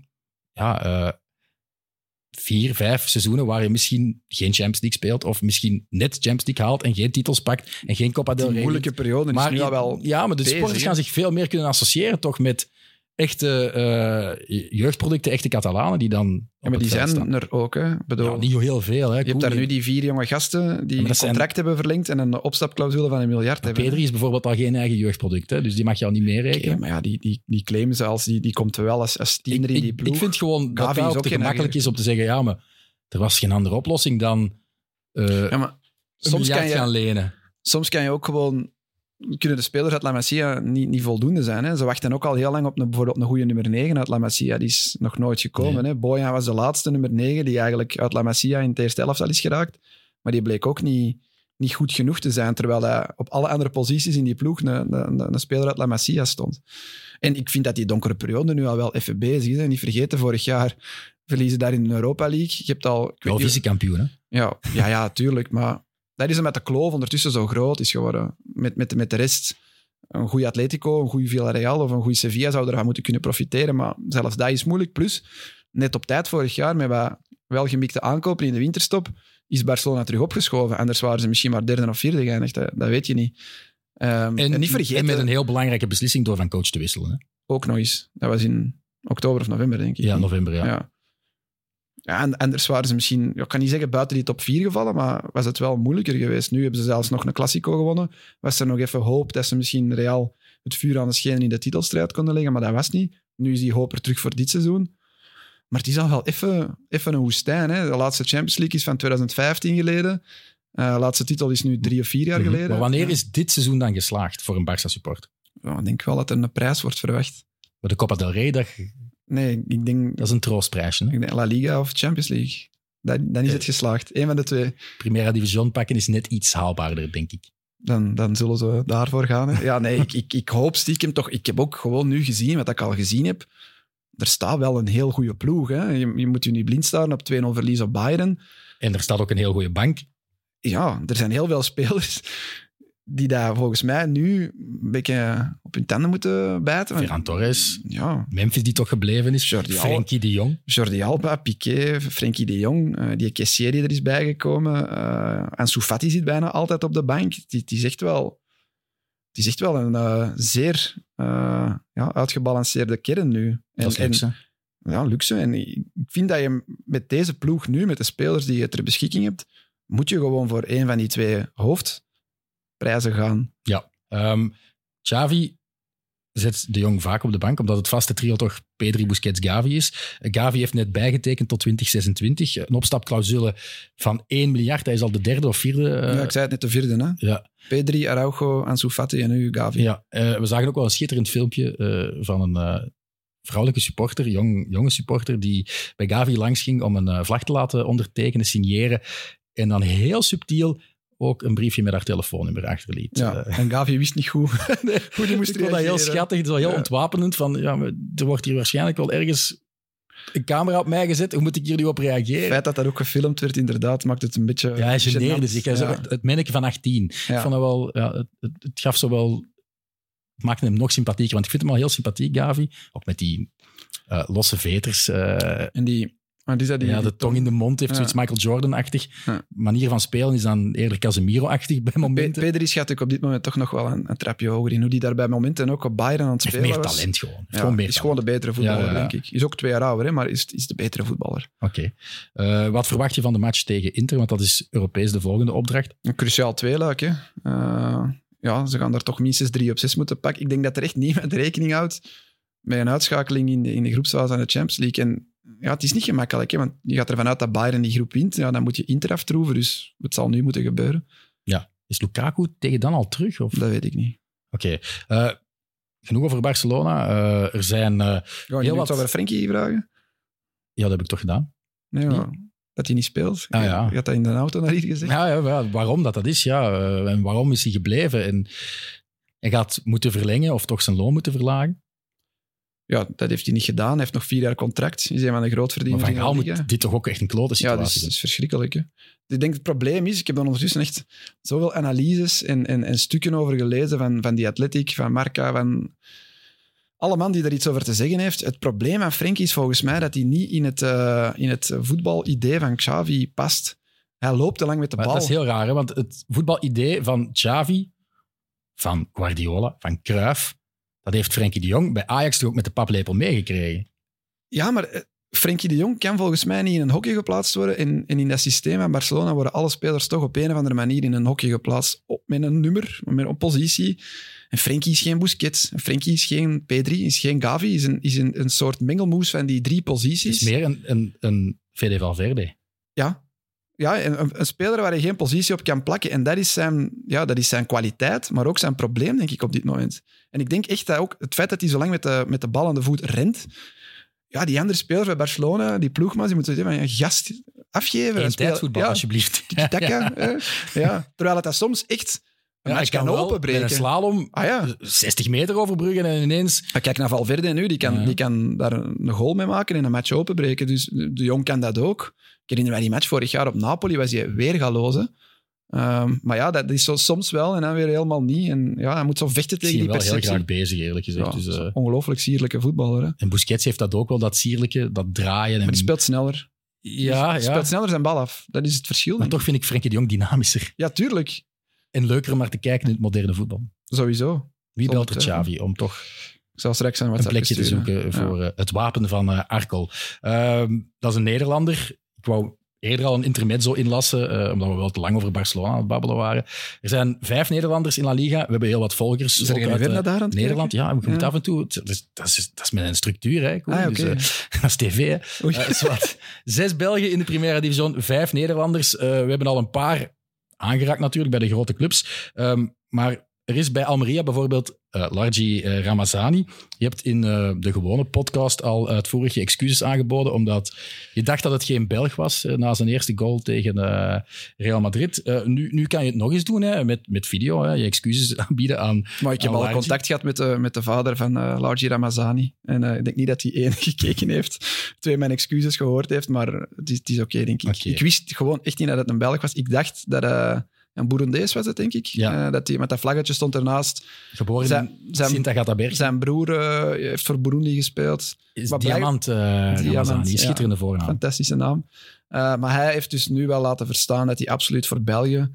4, 5 seizoenen waar je misschien geen Champions League speelt of misschien net Champions League haalt en geen titels pakt en geen Copa del Rey. Die moeilijke periode is nu al wel... Ja, maar de sporters gaan zich veel meer kunnen associëren toch met echte jeugdproducten, echte Catalanen die dan... Ja, maar die zijn staan. Er ook, hè? Bedoel, ja, niet heel veel. Hè. Je hebt daar nu die 4 jonge gasten die een contract hebben verlengd en een opstapclausule van $1 miljard hebben. Pedri is bijvoorbeeld al geen eigen jeugdproduct, hè? Dus die mag je al niet meer rekenen. Okay, maar ja, die claimen ze die komt wel als tiener in die ploeg. Ik vind gewoon dat het ook te gemakkelijk is om te zeggen, ja, maar er was geen andere oplossing dan soms kan je gaan lenen. Soms kan je ook gewoon... Kunnen de spelers uit La Masia niet voldoende zijn. Hè? Ze wachten ook al heel lang op bijvoorbeeld een goede nummer 9 uit La Masia. Die is nog nooit gekomen. Nee. Hè? Bojan was de laatste nummer 9 die eigenlijk uit La Masia in het eerste elftal is geraakt. Maar die bleek ook niet goed genoeg te zijn, terwijl hij op alle andere posities in die ploeg een speler uit La Masia stond. En ik vind dat die donkere periode nu al wel even bezig is. En niet vergeten, vorig jaar verliezen daar in de Europa League. Je hebt al... Wel vice-kampioen, hè? Ja, tuurlijk, maar... Dat is omdat de kloof ondertussen zo groot is geworden. Met de rest, een goede Atletico, een goede Villarreal of een goede Sevilla zou ervan moeten kunnen profiteren. Maar zelfs dat is moeilijk. Plus, net op tijd vorig jaar, met wat welgemikte aankopen in de winterstop, is Barcelona terug opgeschoven. Anders waren ze misschien maar 3e of 4e geëindigd. Dat weet je niet. En niet vergeten... En met een heel belangrijke beslissing door van coach te wisselen. Hè? Ook nog eens. Dat was in oktober of november, denk ik. Ja, november, ja. Ja, en anders waren ze misschien, ik kan niet zeggen buiten die top 4 gevallen, maar was het wel moeilijker geweest. Nu hebben ze zelfs nog een Classico gewonnen. Was er nog even hoop dat ze misschien Real het vuur aan de schenen in de titelstrijd konden leggen, maar dat was niet. Nu is die hoop er terug voor dit seizoen. Maar het is al wel even een woestijn. Hè? De laatste Champions League is van 2015 geleden. De laatste titel is nu 3 of 4 jaar geleden. Maar wanneer is dit seizoen dan geslaagd voor een Barça-support? Ja, ik denk wel dat er een prijs wordt verwacht. Maar de Copa del Rey, Nee, ik denk... Dat is een troostprijsje. Hè? Ik denk La Liga of Champions League. Dan is het geslaagd. Eén van de twee. Primera Division pakken is net iets haalbaarder, denk ik. Dan zullen ze daarvoor gaan. Hè. Ja, nee, ik hoop stiekem toch... Ik heb ook gewoon nu gezien, wat ik al gezien heb. Er staat wel een heel goede ploeg. Hè. Je moet je niet blind staren op 2-0 verlies op Bayern. En er staat ook een heel goede bank. Ja, er zijn heel veel spelers die daar volgens mij nu een beetje op hun tanden moeten bijten. Ferran Torres, ja. Memphis die toch gebleven is, Frenkie de Jong. Jordi Alba, Piqué, Frenkie de Jong, die Kessier die er is bijgekomen. Ansu Fati zit bijna altijd op de bank. Het is echt wel een zeer uitgebalanceerde kern nu. Dat is luxe. Ja, luxe. En ik vind dat je met deze ploeg nu, met de spelers die je ter beschikking hebt, moet je gewoon voor één van die twee hoofdprijzen gaan. Ja. Xavi zet de Jong vaak op de bank, omdat het vaste trio toch Pedri, Busquets, Gavi is. Gavi heeft net bijgetekend tot 2026. Een opstapclausule van 1 miljard. Hij is al de derde of vierde. Ja, ik zei het net, de vierde. Hè? Ja. Pedri, Araujo, Ansu Fati en nu Gavi. Ja, we zagen ook wel een schitterend filmpje van een vrouwelijke supporter, jonge supporter, die bij Gavi langs ging om een vlag te laten ondertekenen, signeren. En dan heel subtiel ook een briefje met haar telefoonnummer achterliet. Ja, en Gavi wist niet goed hoe die moest reageren. Dat heel schattig, het is wel heel ontwapenend. Van, er wordt hier waarschijnlijk wel ergens een camera op mij gezet. Hoe moet ik hier nu op reageren? Het feit dat dat ook gefilmd werd, inderdaad, maakt het een beetje... Ja, hij geneerde zich. Het manneke van 18. Ja. Ik vond dat wel... Ja, het gaf zo wel... Het maakte hem nog sympathieker, want ik vind hem al heel sympathiek, Gavi. Ook met die losse veters. En die... de tong in de mond heeft zoiets Michael Jordan-achtig. Manier van spelen is dan eerder Casemiro-achtig bij momenten. Pedri schat ik op dit moment toch nog wel een trapje hoger in. Hoe die daar bij momenten ook op Bayern aan het spelen heeft meer talent gewoon. Is gewoon de betere voetballer, denk ik. Is ook 2 jaar ouder, hè, maar is de betere voetballer. Oké. Wat verwacht je van de match tegen Inter? Want dat is Europees de volgende opdracht. Een cruciaal tweeluik, hè. Ze gaan daar toch minstens 3 op 6 moeten pakken. Ik denk dat er echt niemand rekening houdt met een uitschakeling in de groepsfase aan de Champions League. En ja, het is niet gemakkelijk, hè, want je gaat ervan uit dat Bayern die groep wint. Ja, dan moet je Inter aftroeven, dus het zal nu moeten gebeuren. Ja. Is Lukaku tegen dan al terug? Of? Dat weet ik niet. Oké. Genoeg over Barcelona. Er zijn heel wat... over Frenkie vragen? Ja, dat heb ik toch gedaan. Nee, maar dat hij niet speelt. Je had dat in de auto naar hier gezegd. Ja, waarom dat is, en waarom is hij gebleven? En hij gaat moeten verlengen of toch zijn loon moeten verlagen? Ja, dat heeft hij niet gedaan. Hij heeft nog 4 jaar contract. Hij is een van de grootverdieners in de Liga. Maar Van Gaal moet dit toch ook echt een klote situatie zijn? Ja, dat is verschrikkelijk. Hè? Ik denk het probleem is, ik heb dan ondertussen echt zoveel analyses en stukken over gelezen van die Athletic, van Marca, van alle man die er iets over te zeggen heeft. Het probleem aan Frenkie is volgens mij dat hij niet in het voetbalidee van Xavi past. Hij loopt te lang met de bal. Dat is heel raar, hè? Want het voetbalidee van Xavi, van Guardiola, van Cruyff, dat heeft Frenkie de Jong bij Ajax toch ook met de paplepel meegekregen. Ja, maar Frenkie de Jong kan volgens mij niet in een hokje geplaatst worden. En in dat systeem van Barcelona worden alle spelers toch op een of andere manier in een hokje geplaatst. Met een nummer, met een positie. En Frenkie is geen Busquets. Frenkie is geen Pedri, is geen Gavi. Is een soort mengelmoes van die 3 posities. Het is meer een Fede Valverde. Ja, een speler waar je geen positie op kan plakken. En dat is zijn kwaliteit, maar ook zijn probleem, denk ik, op dit moment. En ik denk echt dat ook het feit dat hij zo lang met de bal aan de voet rent... Ja, die andere spelers bij Barcelona, die ploegma's, die moeten zeggen van, gast, afgeven. Eén tijdvoetbal, alsjeblieft. Ja. Terwijl dat soms echt een match kan openbreken. Met een slalom 60 meter overbruggen en ineens... Kijk naar Valverde nu, die kan daar een goal mee maken en een match openbreken. Dus de Jong kan dat ook. Ik herinner mij die match vorig jaar op Napoli, was hij weer galoze. Maar ja, dat is zo soms wel en dan weer helemaal niet. En ja, hij moet zo vechten tegen die perceptie. Ik zie hem wel heel graag bezig, eerlijk gezegd. Ja, dus, ongelooflijk sierlijke voetballer. Hè? En Busquets heeft dat ook wel, dat sierlijke, dat draaien. Maar die speelt sneller. Ja. Speelt sneller zijn bal af. Dat is het verschil. Maar toch vind ik Frenkie de Jong dynamischer. Ja, tuurlijk. En leuker om maar te kijken in het moderne voetbal. Sowieso. Wie belt er Xavi om toch ik zal straks een plekje te zoeken voor het wapen van Arkel? Dat is een Nederlander. Ik wou eerder al een intermezzo inlassen, omdat we wel te lang over Barcelona aan het babbelen waren. Er zijn 5 Nederlanders in La Liga. We hebben heel wat volgers. Zijn er weer naar daar aan het Nederland? Kijken? Ja, je moet af en toe... Dat is met een structuur, hè. Okay. Dus, dat is tv, hè. 6 Belgen in de Primera Division, 5 Nederlanders. We hebben al een paar aangeraakt natuurlijk bij de grote clubs. Maar er is bij Almeria bijvoorbeeld Largi Ramazani. Je hebt in de gewone podcast al uitvoerig je excuses aangeboden, omdat je dacht dat het geen Belg was na zijn eerste goal tegen Real Madrid. Nu kan je het nog eens doen, hè, met video. Hè, je excuses aanbieden aan Maar ik heb al contact gehad met de vader van Largi Ramazani. En ik denk niet dat hij 1 gekeken heeft, 2 mijn excuses gehoord heeft, maar het is oké, denk ik. Okay. Ik wist gewoon echt niet dat het een Belg was. Ik dacht dat... een Boerendees was het, denk ik. Ja. Dat hij met dat vlaggetje stond ernaast. Geboren in Sint-Agatha-Berg. Zijn broer heeft voor Burundi gespeeld. Is Diamant Ramazani, schitterende voornaam. Fantastische naam. Maar hij heeft dus nu wel laten verstaan dat hij absoluut voor België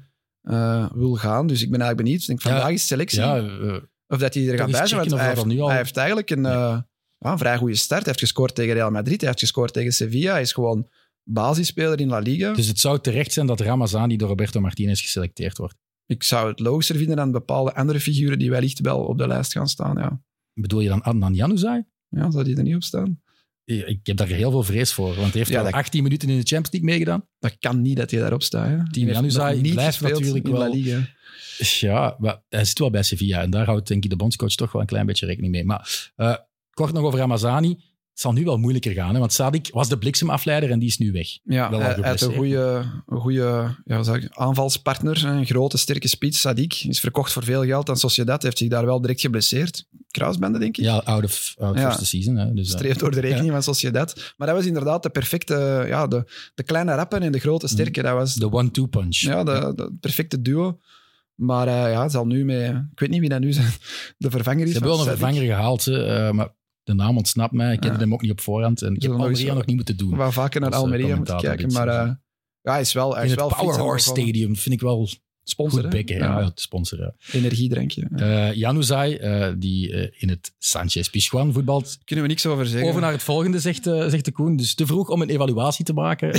wil gaan. Dus ik ben eigenlijk benieuwd. Ik denk, vandaag is selectie. Of dat hij er gaat bij zijn. Hij heeft eigenlijk een vrij goede start. Hij heeft gescoord tegen Real Madrid. Hij heeft gescoord tegen Sevilla. Hij is gewoon... basisspeler in La Liga. Dus het zou terecht zijn dat Ramazani door Roberto Martinez geselecteerd wordt? Ik zou het logischer vinden dan bepaalde andere figuren die wellicht wel op de lijst gaan staan, ja. Bedoel je dan Adnan Januzaj? Ja, zou die er niet op staan? Ik heb daar heel veel vrees voor, want hij heeft al 18 minuten in de Champions League meegedaan. Dat kan niet dat hij daarop staat. Hè. Team Januzaj blijft natuurlijk wel... La Liga. Ja, maar hij zit wel bij Sevilla en daar houdt denk ik de bondscoach toch wel een klein beetje rekening mee. Maar kort nog over Ramazani. Het zal nu wel moeilijker gaan, hè? Want Sadik was de bliksemafleider en die is nu weg. Ja, hij heeft een goede aanvalspartner, een grote, sterke spits. Sadik is verkocht voor veel geld aan Sociedad, heeft zich daar wel direct geblesseerd. Kruisbanden, denk ik. Ja, out of the season. Hè? Dus, streeft door de rekening van Sociedad. Maar dat was inderdaad de perfecte... de kleine rappen en de grote sterke. Dat was de 1-2 punch. Ja, de perfecte duo. Maar het zal nu mee... Ik weet niet wie dat nu de vervanger is. Ze hebben wel een vervanger gehaald, maar... De naam ontsnapt mij. Ik kende hem ook niet op voorhand. En ik heb Almeria nog niet moeten doen. We waren vaker naar Almeria moeten kijken. Maar hij is wel... In het Powerhorse Stadium vind ik wel... Sponsor, goed bekken. Ja, sponsor. Ja. Energiedrankje. Januzaj, die in het Sanchez Pizjuan voetbalt. Kunnen we niks over zeggen. Over naar het volgende, zegt de Koen. Dus te vroeg om een evaluatie te maken.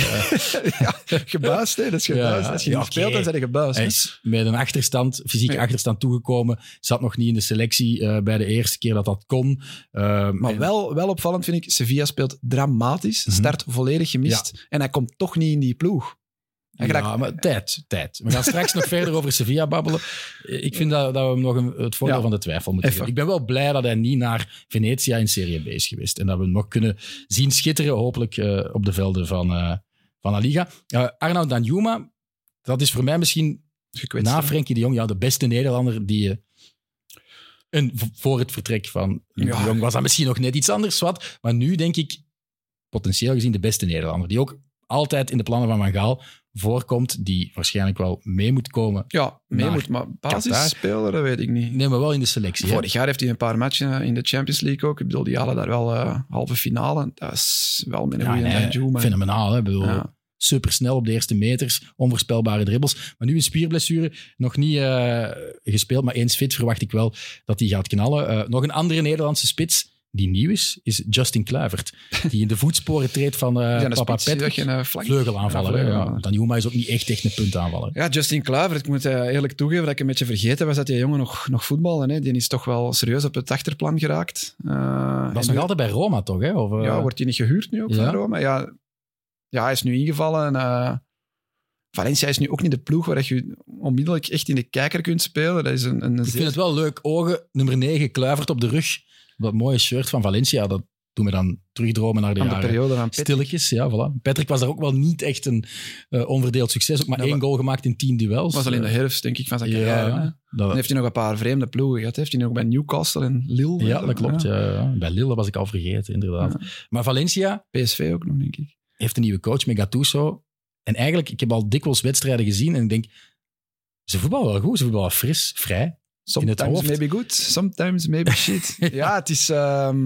Gebuist, hè? Dat is gebuist. Als je niet speelt, dan zijn je gebuist. Hij is met een fysieke achterstand toegekomen. Zat nog niet in de selectie bij de eerste keer dat kon. Maar wel opvallend vind ik, Sevilla speelt dramatisch. Start volledig gemist. Ja. En hij komt toch niet in die ploeg. Maar tijd. We gaan straks nog verder over Sevilla babbelen. Ik vind dat we hem nog het voordeel van de twijfel moeten geven. Ik ben wel blij dat hij niet naar Venezia in Serie B is geweest. En dat we hem nog kunnen zien schitteren, hopelijk op de velden van La Liga. Arnaud Danjuma, dat is voor mij misschien na Frenkie de Jong de beste Nederlander die... voor het vertrek van de Jong was dat misschien nog net iets anders. Maar nu denk ik, potentieel gezien, de beste Nederlander. Die ook altijd in de plannen van Van Gaal voorkomt, die waarschijnlijk wel mee moet komen. Ja, maar basisspeler, dat weet ik niet. Nee, maar wel in de selectie. Vorig jaar heeft hij een paar matchen in de Champions League ook. Ik bedoel, die halen daar wel halve finale. Dat is wel met een goede Danjuma. Fenomenaal, hè? Ik bedoel, supersnel op de eerste meters, onvoorspelbare dribbles. Maar nu een spierblessure, nog niet gespeeld, maar eens fit verwacht ik wel dat hij gaat knallen. Nog een andere Nederlandse spits die nieuw is Justin Kluivert. Die in de voetsporen treedt van papa Patrick. Vleugelaanvaller. Danjuma is ook niet echt een puntaanvaller. Ja, Justin Kluivert, ik moet eerlijk toegeven dat ik een beetje vergeten was dat die jongen nog voetbalde. Hè. Die is toch wel serieus op het achterplan geraakt. Dat is nog altijd bij Roma, toch? Hè? Of, wordt hij niet gehuurd nu ook van Roma? Ja, hij is nu ingevallen. Valencia is nu ook niet de ploeg waar je onmiddellijk echt in de kijker kunt spelen. Dat is ik vind het wel leuk. Ogen, nummer 9, Kluivert op de rug. Dat mooie shirt van Valencia, dat doen we dan terugdromen naar de jaren. Periode van stilletjes, ja, voilà. Patrick was daar ook wel niet echt een onverdeeld succes. Ook maar 1 goal gemaakt in 10 duels. Was al in de herfst, denk ik, van zijn carrière. Dan heeft hij nog een paar vreemde ploegen gehad. Heeft hij nog bij Newcastle en Lille. Ja, dat klopt. Ja. Bij Lille was ik al vergeten, inderdaad. Ja. Maar Valencia... PSV ook nog, denk ik. Heeft een nieuwe coach met Gattuso. En eigenlijk, ik heb al dikwijls wedstrijden gezien en ik denk, ze voetballen wel goed, ze voetballen fris, vrij. Sometimes maybe good, sometimes maybe shit. Ja, het is...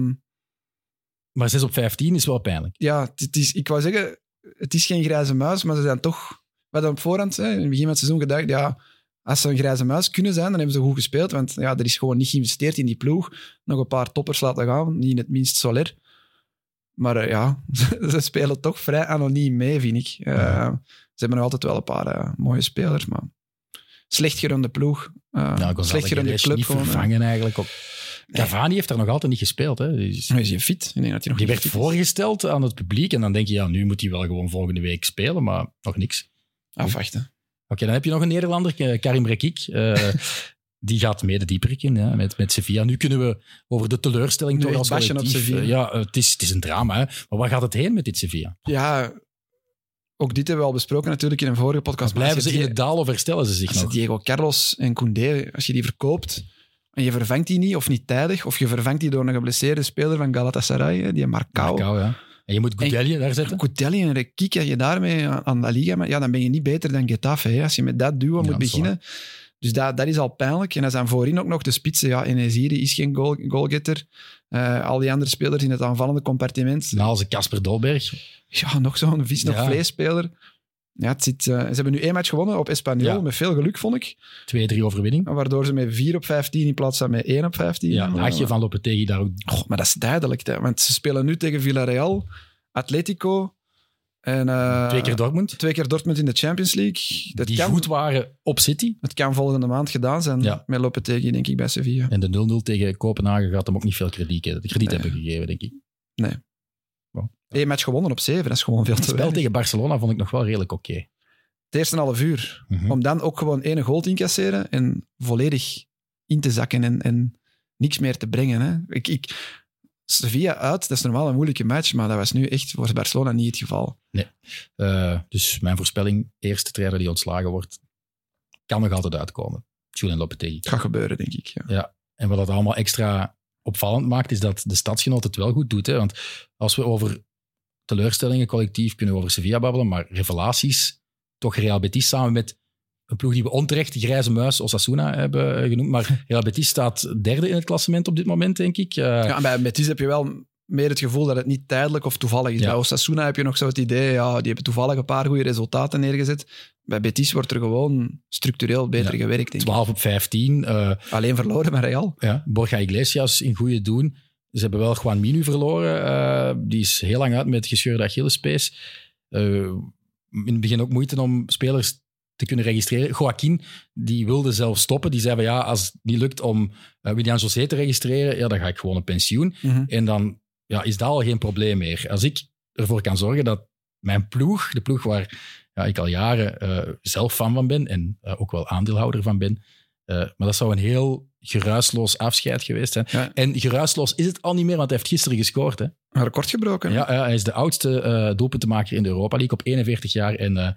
Maar 6 op 15 is wel pijnlijk. Ja, ik wou zeggen, het is geen grijze muis, maar ze zijn toch... We hadden op voorhand, in het begin van het seizoen gedacht, als ze een grijze muis kunnen zijn, dan hebben ze goed gespeeld, want er is gewoon niet geïnvesteerd in die ploeg. Nog een paar toppers laten gaan, niet in het minst Soler. Maar ze spelen toch vrij anoniem mee, vind ik. Ze hebben nog altijd wel een paar mooie spelers, maar slecht gerunde ploeg. Slecht gerunde club. Niet vervangen eigenlijk. Cavani heeft daar nog altijd niet gespeeld. Hè. Is hij fit? Ik denk dat hij nog die werd voorgesteld aan het publiek en dan denk je, nu moet hij wel gewoon volgende week spelen, maar nog niks. Afwachten. Oké, dan heb je nog een Nederlander, Karim Rekik. die gaat mede dieper in, hè, met Sevilla. Nu kunnen we over de teleurstelling toch als collectief... het is een drama, hè. Maar waar gaat het heen met dit Sevilla? Ja, ook dit hebben we al besproken natuurlijk in een vorige podcast. Blijven ze in het dal of herstellen ze zich nog? Als Diego Carlos en Koundé, als je die verkoopt en je vervangt die niet, of niet tijdig, of je vervangt die door een geblesseerde speler van Galatasaray, die Marcao, ja. En je moet Goudelje daar zetten? Goudelje en Rekik, als je daarmee aan La Liga... Ja, dan ben je niet beter dan Getafe, hè, als je met dat duo moet beginnen. Dus dat is al pijnlijk. En als dan voorin ook nog de spitsen... Ja, Enesiri is geen goalgetter. Al die andere spelers in het aanvallende compartiment. Nou, als Kasper Dolberg. Ja, nog zo'n vis nog vleesspeler. Ja, ze hebben nu 1 match gewonnen op Espanyol, met veel geluk, vond ik. 2-3 overwinning. Waardoor ze met 4-15 in plaats van met 1-15. Ja, laagje van Lopetegui daar ook. Maar dat is duidelijk, hè, want ze spelen nu tegen Villarreal, Atletico en... 2 keer Dortmund. 2 keer Dortmund in de Champions League. Dat die goed waren op City. Het kan volgende maand gedaan zijn met Lopetegui, denk ik, bij Sevilla. En de 0-0 tegen Kopenhagen gaat hem ook niet veel krediet hebben gegeven, denk ik. Nee. 1 match gewonnen op 7, dat is gewoon veel te weinig. Het spel tegen Barcelona vond ik nog wel redelijk oké. Het eerste half uur. Om dan ook gewoon 1 goal te incasseren en volledig in te zakken en niks meer te brengen. Hè. Sevilla uit, dat is normaal een moeilijke match, maar dat was nu echt voor Barcelona niet het geval. Nee. Dus mijn voorspelling, eerste trainer die ontslagen wordt, kan nog altijd uitkomen. Julen Lopetegui. Het gaat gebeuren, denk ik. Ja. En wat dat allemaal extra opvallend maakt, is dat de stadsgenoot het wel goed doet. Hè? Want als we over teleurstellingen collectief kunnen we over Sevilla babbelen, maar revelaties, toch Real Betis samen met een ploeg die we onterecht de grijze muis Osasuna hebben genoemd. Maar Real Betis staat derde in het klassement op dit moment, denk ik. Ja, bij Betis heb je wel meer het gevoel dat het niet tijdelijk of toevallig is. Ja. Bij Osasuna heb je nog zo het idee, die hebben toevallig een paar goede resultaten neergezet. Bij Betis wordt er gewoon structureel beter gewerkt, denk ik. 12 op 15. Alleen verloren met Real. Ja, Borja Iglesias in goede doen. Ze hebben wel Juan Minu verloren. Die is heel lang uit met gescheurde Achillespees. In het begin ook moeite om spelers te kunnen registreren. Joaquin, die wilde zelf stoppen. Die zei van als het niet lukt om Willian José te registreren, dan ga ik gewoon op pensioen. En dan is dat al geen probleem meer. Als ik ervoor kan zorgen dat mijn ploeg, de ploeg waar ik al jaren zelf fan van ben en ook wel aandeelhouder van ben, maar dat zou een heel geruisloos afscheid geweest zijn. Ja. En geruisloos is het al niet meer, want hij heeft gisteren gescoord. Hè. Een record gebroken. Ja, hij is de oudste doelpuntenmaker in de Europa League op 41 jaar en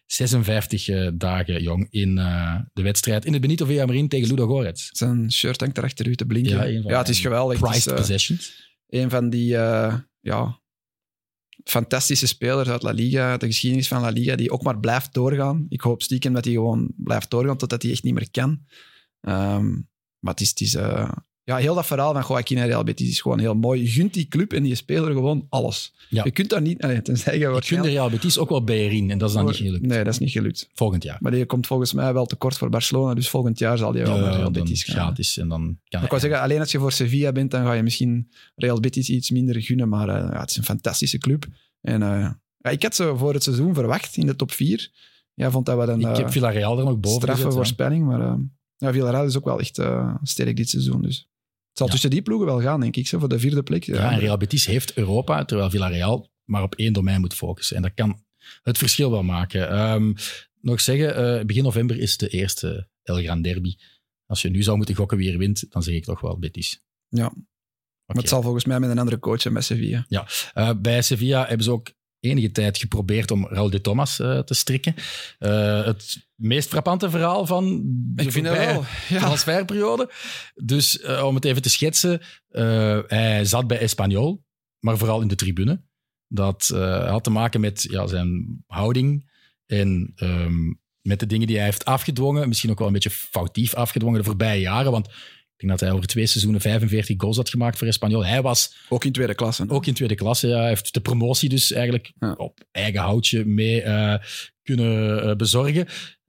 56 dagen jong in de wedstrijd in het Benito Villamarín tegen Ludogorets. Zijn shirt hangt er achter u te blinken. Ja, het is geweldig. Prized possessions. Een van die fantastische spelers uit La Liga, de geschiedenis van La Liga, die ook maar blijft doorgaan. Ik hoop stiekem dat hij gewoon blijft doorgaan totdat hij echt niet meer kan. Maar het is heel dat verhaal van Joaquin en Real Betis is gewoon heel mooi. Je gunt die club en die speler gewoon alles. Ja. Je kunt dat niet... tenzij je gun de Real Betis ook wel Bellerin en dat is dan niet gelukt. Nee, dat is niet gelukt. Volgend jaar. Maar die komt volgens mij wel tekort voor Barcelona, dus volgend jaar zal die wel naar Real Betis gaan. Gratis en dan kan ik wou zeggen, alleen als je voor Sevilla bent, dan ga je misschien Real Betis iets minder gunnen, maar het is een fantastische club. En ik had ze voor het seizoen verwacht in de top 4. Ja, vond dat wel een... Ik heb Villarreal er nog boven straffe voorspelling, maar... Villarreal is ook wel echt sterk dit seizoen. Dus het zal tussen die ploegen wel gaan, denk ik, voor de 4e plek. Ja, en Real Betis heeft Europa, terwijl Villarreal maar op 1 domein moet focussen. En dat kan het verschil wel maken. Nog zeggen, begin november is de eerste El Gran Derby. Als je nu zou moeten gokken wie er wint, dan zeg ik toch wel Betis. Ja, maar het zal volgens mij met een andere coach zijn bij Sevilla. Ja, bij Sevilla hebben ze ook enige tijd geprobeerd om Raúl de Thomas te strikken. Het meest frappante verhaal van de transferperiode. Dus om het even te schetsen, hij zat bij Espanyol, maar vooral in de tribune. Dat had te maken met zijn houding en met de dingen die hij heeft afgedwongen. Misschien ook wel een beetje foutief afgedwongen de voorbije jaren, want ik denk dat hij over 2 seizoenen 45 goals had gemaakt voor Espanyol. Hij was... Ook in tweede klasse. Ook in tweede klasse, ja. Hij heeft de promotie dus eigenlijk op eigen houtje mee kunnen bezorgen.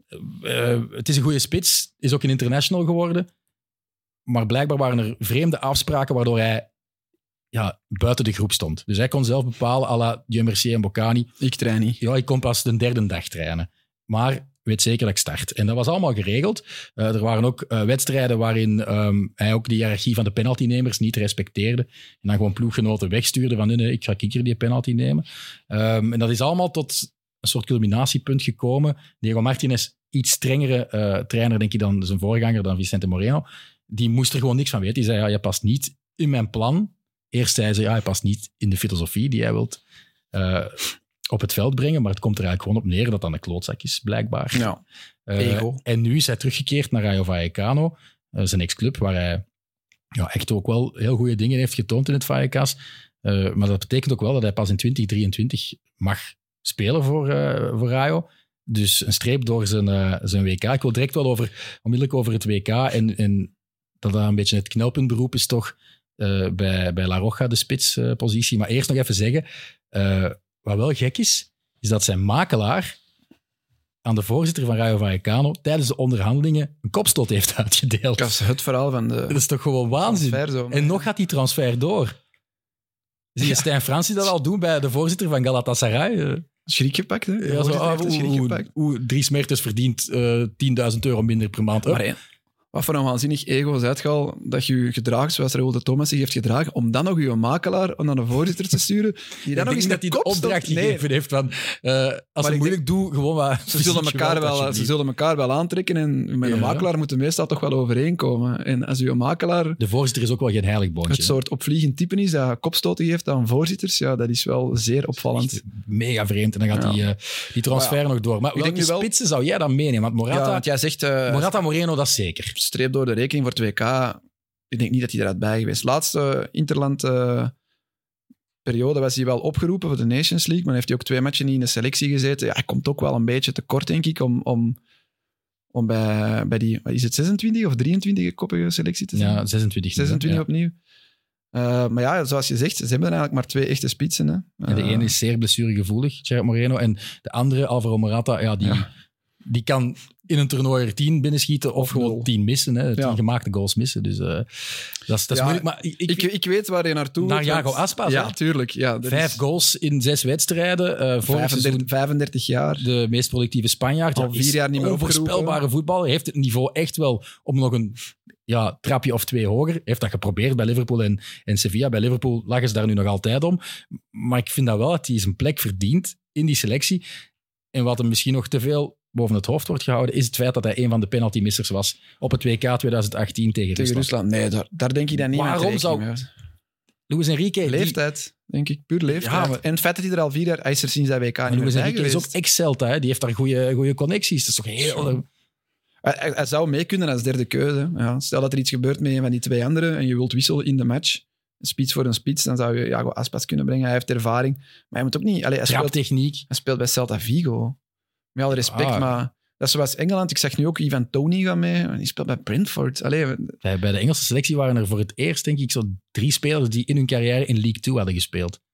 Het is een goede spits, is ook een international geworden. Maar blijkbaar waren er vreemde afspraken waardoor hij buiten de groep stond. Dus hij kon zelf bepalen, à la Dieu merci en Bocani. Ik train niet. Ja, ik kon pas de 3e dag trainen. Maar weet zeker dat ik start. En dat was allemaal geregeld. Er waren ook wedstrijden waarin hij ook de hiërarchie van de penaltynemers niet respecteerde. En dan gewoon ploeggenoten wegstuurde van nee, ik ga hier die penalty nemen. En dat is allemaal tot soort culminatiepunt gekomen. Diego Martinez, iets strengere trainer, denk ik, dan zijn voorganger, dan Vicente Moreno. Die moest er gewoon niks van weten. Die zei, je past niet in mijn plan. Eerst zei ze, hij past niet in de filosofie die hij wilt op het veld brengen, maar het komt er eigenlijk gewoon op neer dat dat een klootzak is, blijkbaar. Ja. Ego. En nu is hij teruggekeerd naar Rayo Vallecano, zijn ex-club, waar hij echt ook wel heel goede dingen heeft getoond in het Vallecas. Maar dat betekent ook wel dat hij pas in 2023 mag spelen voor Rayo. Dus een streep door zijn WK. Ik wil direct wel onmiddellijk over het WK en dat een beetje het knelpuntberoep is toch bij La Roja, de spitspositie. Maar eerst nog even zeggen, wat wel gek is dat zijn makelaar aan de voorzitter van Rayo Vallecano tijdens de onderhandelingen een kopstoot heeft uitgedeeld. Dat is het verhaal van de... Dat is toch gewoon waanzin. En nog gaat die transfer door. Zie je Stijn Francis dat al doen bij de voorzitter van Galatasaray? Schrik gepakt, hè? Ja, Dries Mertens verdient €10.000 minder per maand. Maar wat voor een waanzinnig ego is uitgehaald dat je gedraagt zoals Raúl de Tomás zich heeft gedragen, om dan nog je makelaar naar de voorzitter te sturen, die dan nog eens dat hij de opdracht gegeven heeft van als je moeilijk doet, gewoon wat... Ze zullen elkaar wel aantrekken en met een makelaar moeten meestal toch wel overeenkomen. En als je makelaar... De voorzitter is ook wel geen heilig boontje. Het soort opvliegend type is dat kopstoten geeft aan voorzitters, ja, dat is wel zeer opvallend. Mega vreemd. En dan gaat die transfer nog door. Maar welke spitsen zou jij dan meenemen? Want Morata, want jij zegt, Morata Moreno, dat is zeker. Streep door de rekening voor het WK. Ik denk niet dat hij eruit bij geweest. Laatste Interland periode was hij wel opgeroepen voor de Nations League, maar heeft hij ook 2 matchen niet in de selectie gezeten. Ja, hij komt ook wel een beetje tekort, denk ik, om bij die, is het 26 of 23-koppige selectie te zijn? Ja, 26 opnieuw. Maar ja, zoals je zegt, ze hebben eigenlijk maar 2 echte spitsen. Hè. En de ene is zeer blessuregevoelig, Gerard Moreno, en de andere, Alvaro Morata, die kan in een toernooi er 10 binnenschieten of gewoon 10 missen. Hè. 10 gemaakte goals missen. Dus dat is moeilijk. Maar ik weet waar je naartoe naar Iago Aspas. Ja, tuurlijk. Ja, 5 goals in 6 wedstrijden. 35 jaar. De meest productieve Spanjaard. Al 4 jaar niet meer opgeroepen. Onvoorspelbare voetballer. Heeft het niveau echt wel om nog een trapje of 2 hoger. Heeft dat geprobeerd bij Liverpool en Sevilla. Bij Liverpool lagen ze daar nu nog altijd om. Maar ik vind dat wel dat hij zijn plek verdient in die selectie. En wat hem misschien nog te veel boven het hoofd wordt gehouden, is het feit dat hij een van de penaltymissers was op het WK 2018 tegen Rusland. Nee, daar denk ik dan niet aan. Waarom zou Luis Enrique... Leeftijd, denk ik. Puur leeftijd. Ja, en het feit dat hij er al 4 jaar... Hij is er sinds dat WK niet meer Luis bij Enrique geweest. is ook ex-Celta, hè? Die heeft daar goede connecties. Dat is toch heel... Hij zou mee kunnen als derde keuze. Ja, stel dat er iets gebeurt met een van die 2 anderen en je wilt wisselen in de match. Een spits voor een spits, dan zou je Iago Aspas kunnen brengen. Hij heeft ervaring. Maar hij moet ook niet... Traptechniek. Hij speelt bij Celta Vigo. Met alle respect, maar... Dat is zoals Engeland. Ik zag nu ook Ivan Toney gaan mee. Die speelt bij Brentford. Bij de Engelse selectie waren er voor het eerst, denk ik, zo 3 spelers die in hun carrière in League 2 hadden gespeeld. Dat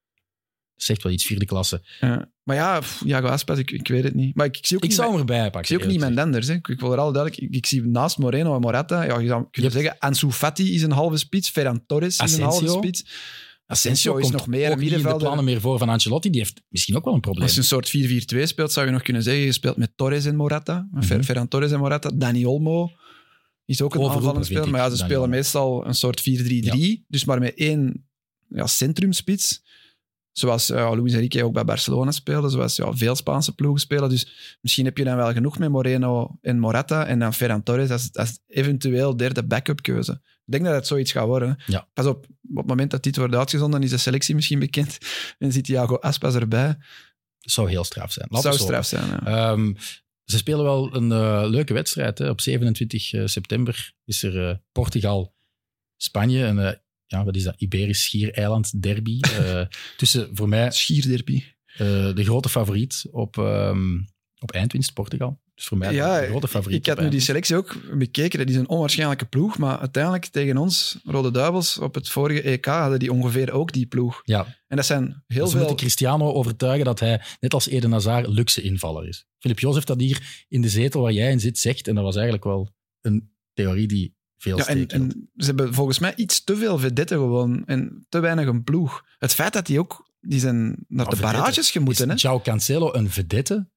is echt wel iets 4e klasse. Maar ja, Iago Aspas, ik weet het niet. Maar ik zou hem erbij pakken. Ik zie ook niet mijn Denders. Hè. Ik wil er al duidelijk... Ik zie naast Moreno en Morata... Ja, je zou kunnen zeggen, Ansu Fati is een halve spits. Ferran Torres is een halve spits. Asensio is nog meer ook niet in de plannen meer voor van Ancelotti. Die heeft misschien ook wel een probleem. Als je een soort 4-4-2 speelt, zou je nog kunnen zeggen, je speelt met Torres en Morata. Ferran Torres en Morata. Dani Olmo is ook een aanvallend speler. Maar ze spelen meestal een soort 4-3-3. Ja. Dus maar met 1 centrumspits. Zoals Luis Enrique ook bij Barcelona speelde. Zoals veel Spaanse ploegen spelen. Dus misschien heb je dan wel genoeg met Moreno en Morata. En dan Ferran Torres als eventueel 3e backup keuze. Ik denk dat het zoiets gaat worden. Ja. Pas op het moment dat dit wordt uitgezonden, is de selectie misschien bekend. En zit Iago Aspas erbij. Dat zou heel straf zijn. Dat zou straf zijn, ja. Ze spelen wel een leuke wedstrijd. Hè. Op 27 september is er Portugal-Spanje. Wat is dat? Iberisch Schiereiland derby. Tussen voor mij... Schierderby. De grote favoriet op eindwinst Portugal. Dus voor mij de grote favoriet. Ik had nu die selectie ook bekeken. Dat is een onwaarschijnlijke ploeg. Maar uiteindelijk tegen ons, Rode Duivels, op het vorige EK hadden die ongeveer ook die ploeg. Ja. En dat zijn heel Ze veel... moeten Cristiano overtuigen dat hij, net als Eden Hazard, luxe invaller is. Filip Joos heeft dat hier in de zetel waar jij in zit zegt. En dat was eigenlijk wel een theorie die veel steek hield. En ze hebben volgens mij iets te veel vedetten gewoon. En te weinig een ploeg. Het feit dat die zijn naar de barrages gemoeten. Is João Cancelo een vedette?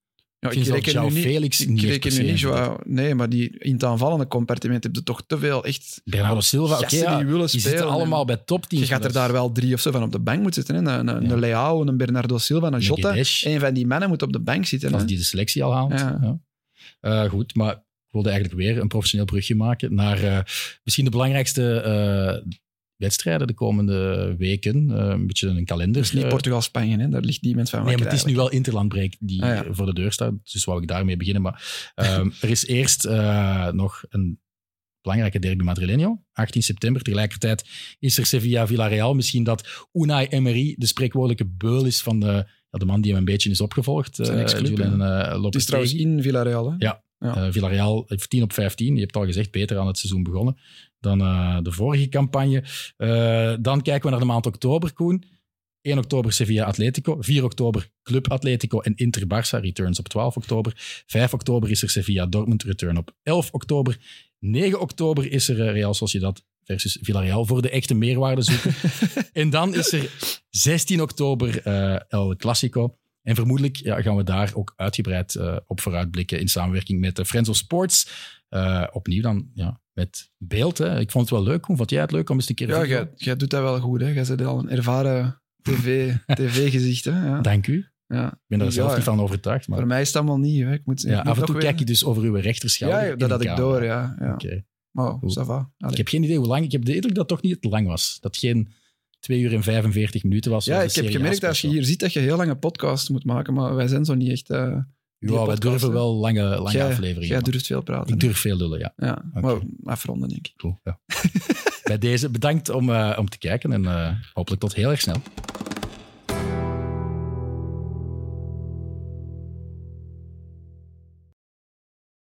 Ja, ik vind João Felix niet echt per se. Nee, maar die in het aanvallende compartiment heb je toch te veel echt... Bernardo Silva, die willen spelen. Die zitten allemaal bij topteams. Je gaat er daar wel 3 of zo van op de bank moeten zitten. Hè? Een Leao, een Bernardo Silva, een Jota. Een van die mannen moet op de bank zitten. Als die de selectie al haalt. Ja. Goed, maar ik wilde eigenlijk weer een professioneel brugje maken naar misschien de belangrijkste... wedstrijden de komende weken. Een beetje een kalender. Het is niet Portugal-Spanje, hè? Daar ligt niemand van. Nee, maar het is nu wel Interlandbreek die voor de deur staat. Dus wou ik daarmee beginnen. Maar er is eerst nog een belangrijke derby Madrileño. 18 september. Tegelijkertijd is er Sevilla-Villarreal. Misschien dat Unai Emery de spreekwoordelijke beul is van de man die hem een beetje is opgevolgd. Julen Lopetegui. Het is trouwens in Villarreal, hè? Ja. Villarreal heeft 10 op 15. Je hebt al gezegd, beter aan het seizoen begonnen dan de vorige campagne. Dan kijken we naar de maand oktober, Koen. 1 oktober Sevilla Atletico. 4 oktober Club Atletico en Inter Barça. Returns op 12 oktober. 5 oktober is er Sevilla Dortmund. Return op 11 oktober. 9 oktober is er Real Sociedad versus Villarreal voor de echte meerwaarde zoeken. En dan is er 16 oktober El Clasico. En vermoedelijk gaan we daar ook uitgebreid op vooruitblikken in samenwerking met Friends of Sports. Opnieuw dan met beeld. Hè. Ik vond het wel leuk. Hoe vond jij het leuk om eens een keer... Ja, jij doet dat wel goed. Hè. Jij bent al een ervaren tv-gezicht. Hè. Ja. Dank u. Ja. Ik ben daar zelf niet van overtuigd. Maar... Voor mij is het allemaal nieuw. Hè. Ik af en toe kijk je dus over uw rechterschouder. Ja, dat had ik door. Ja. Okay. Oh, ça va. Ik heb geen idee hoe lang. Ik heb de indruk dat het toch niet te lang was. Dat geen 2 uur en 45 minuten was. Ja, ik heb gemerkt dat als je hier ziet dat je heel lange podcasts moet maken, maar wij zijn zo niet echt... wij durven wel lange afleveringen. Jij durft veel praten. Ik durf veel lullen, ja. Maar afronden, denk ik. Cool, ja. Bij deze bedankt om te kijken en hopelijk tot heel erg snel.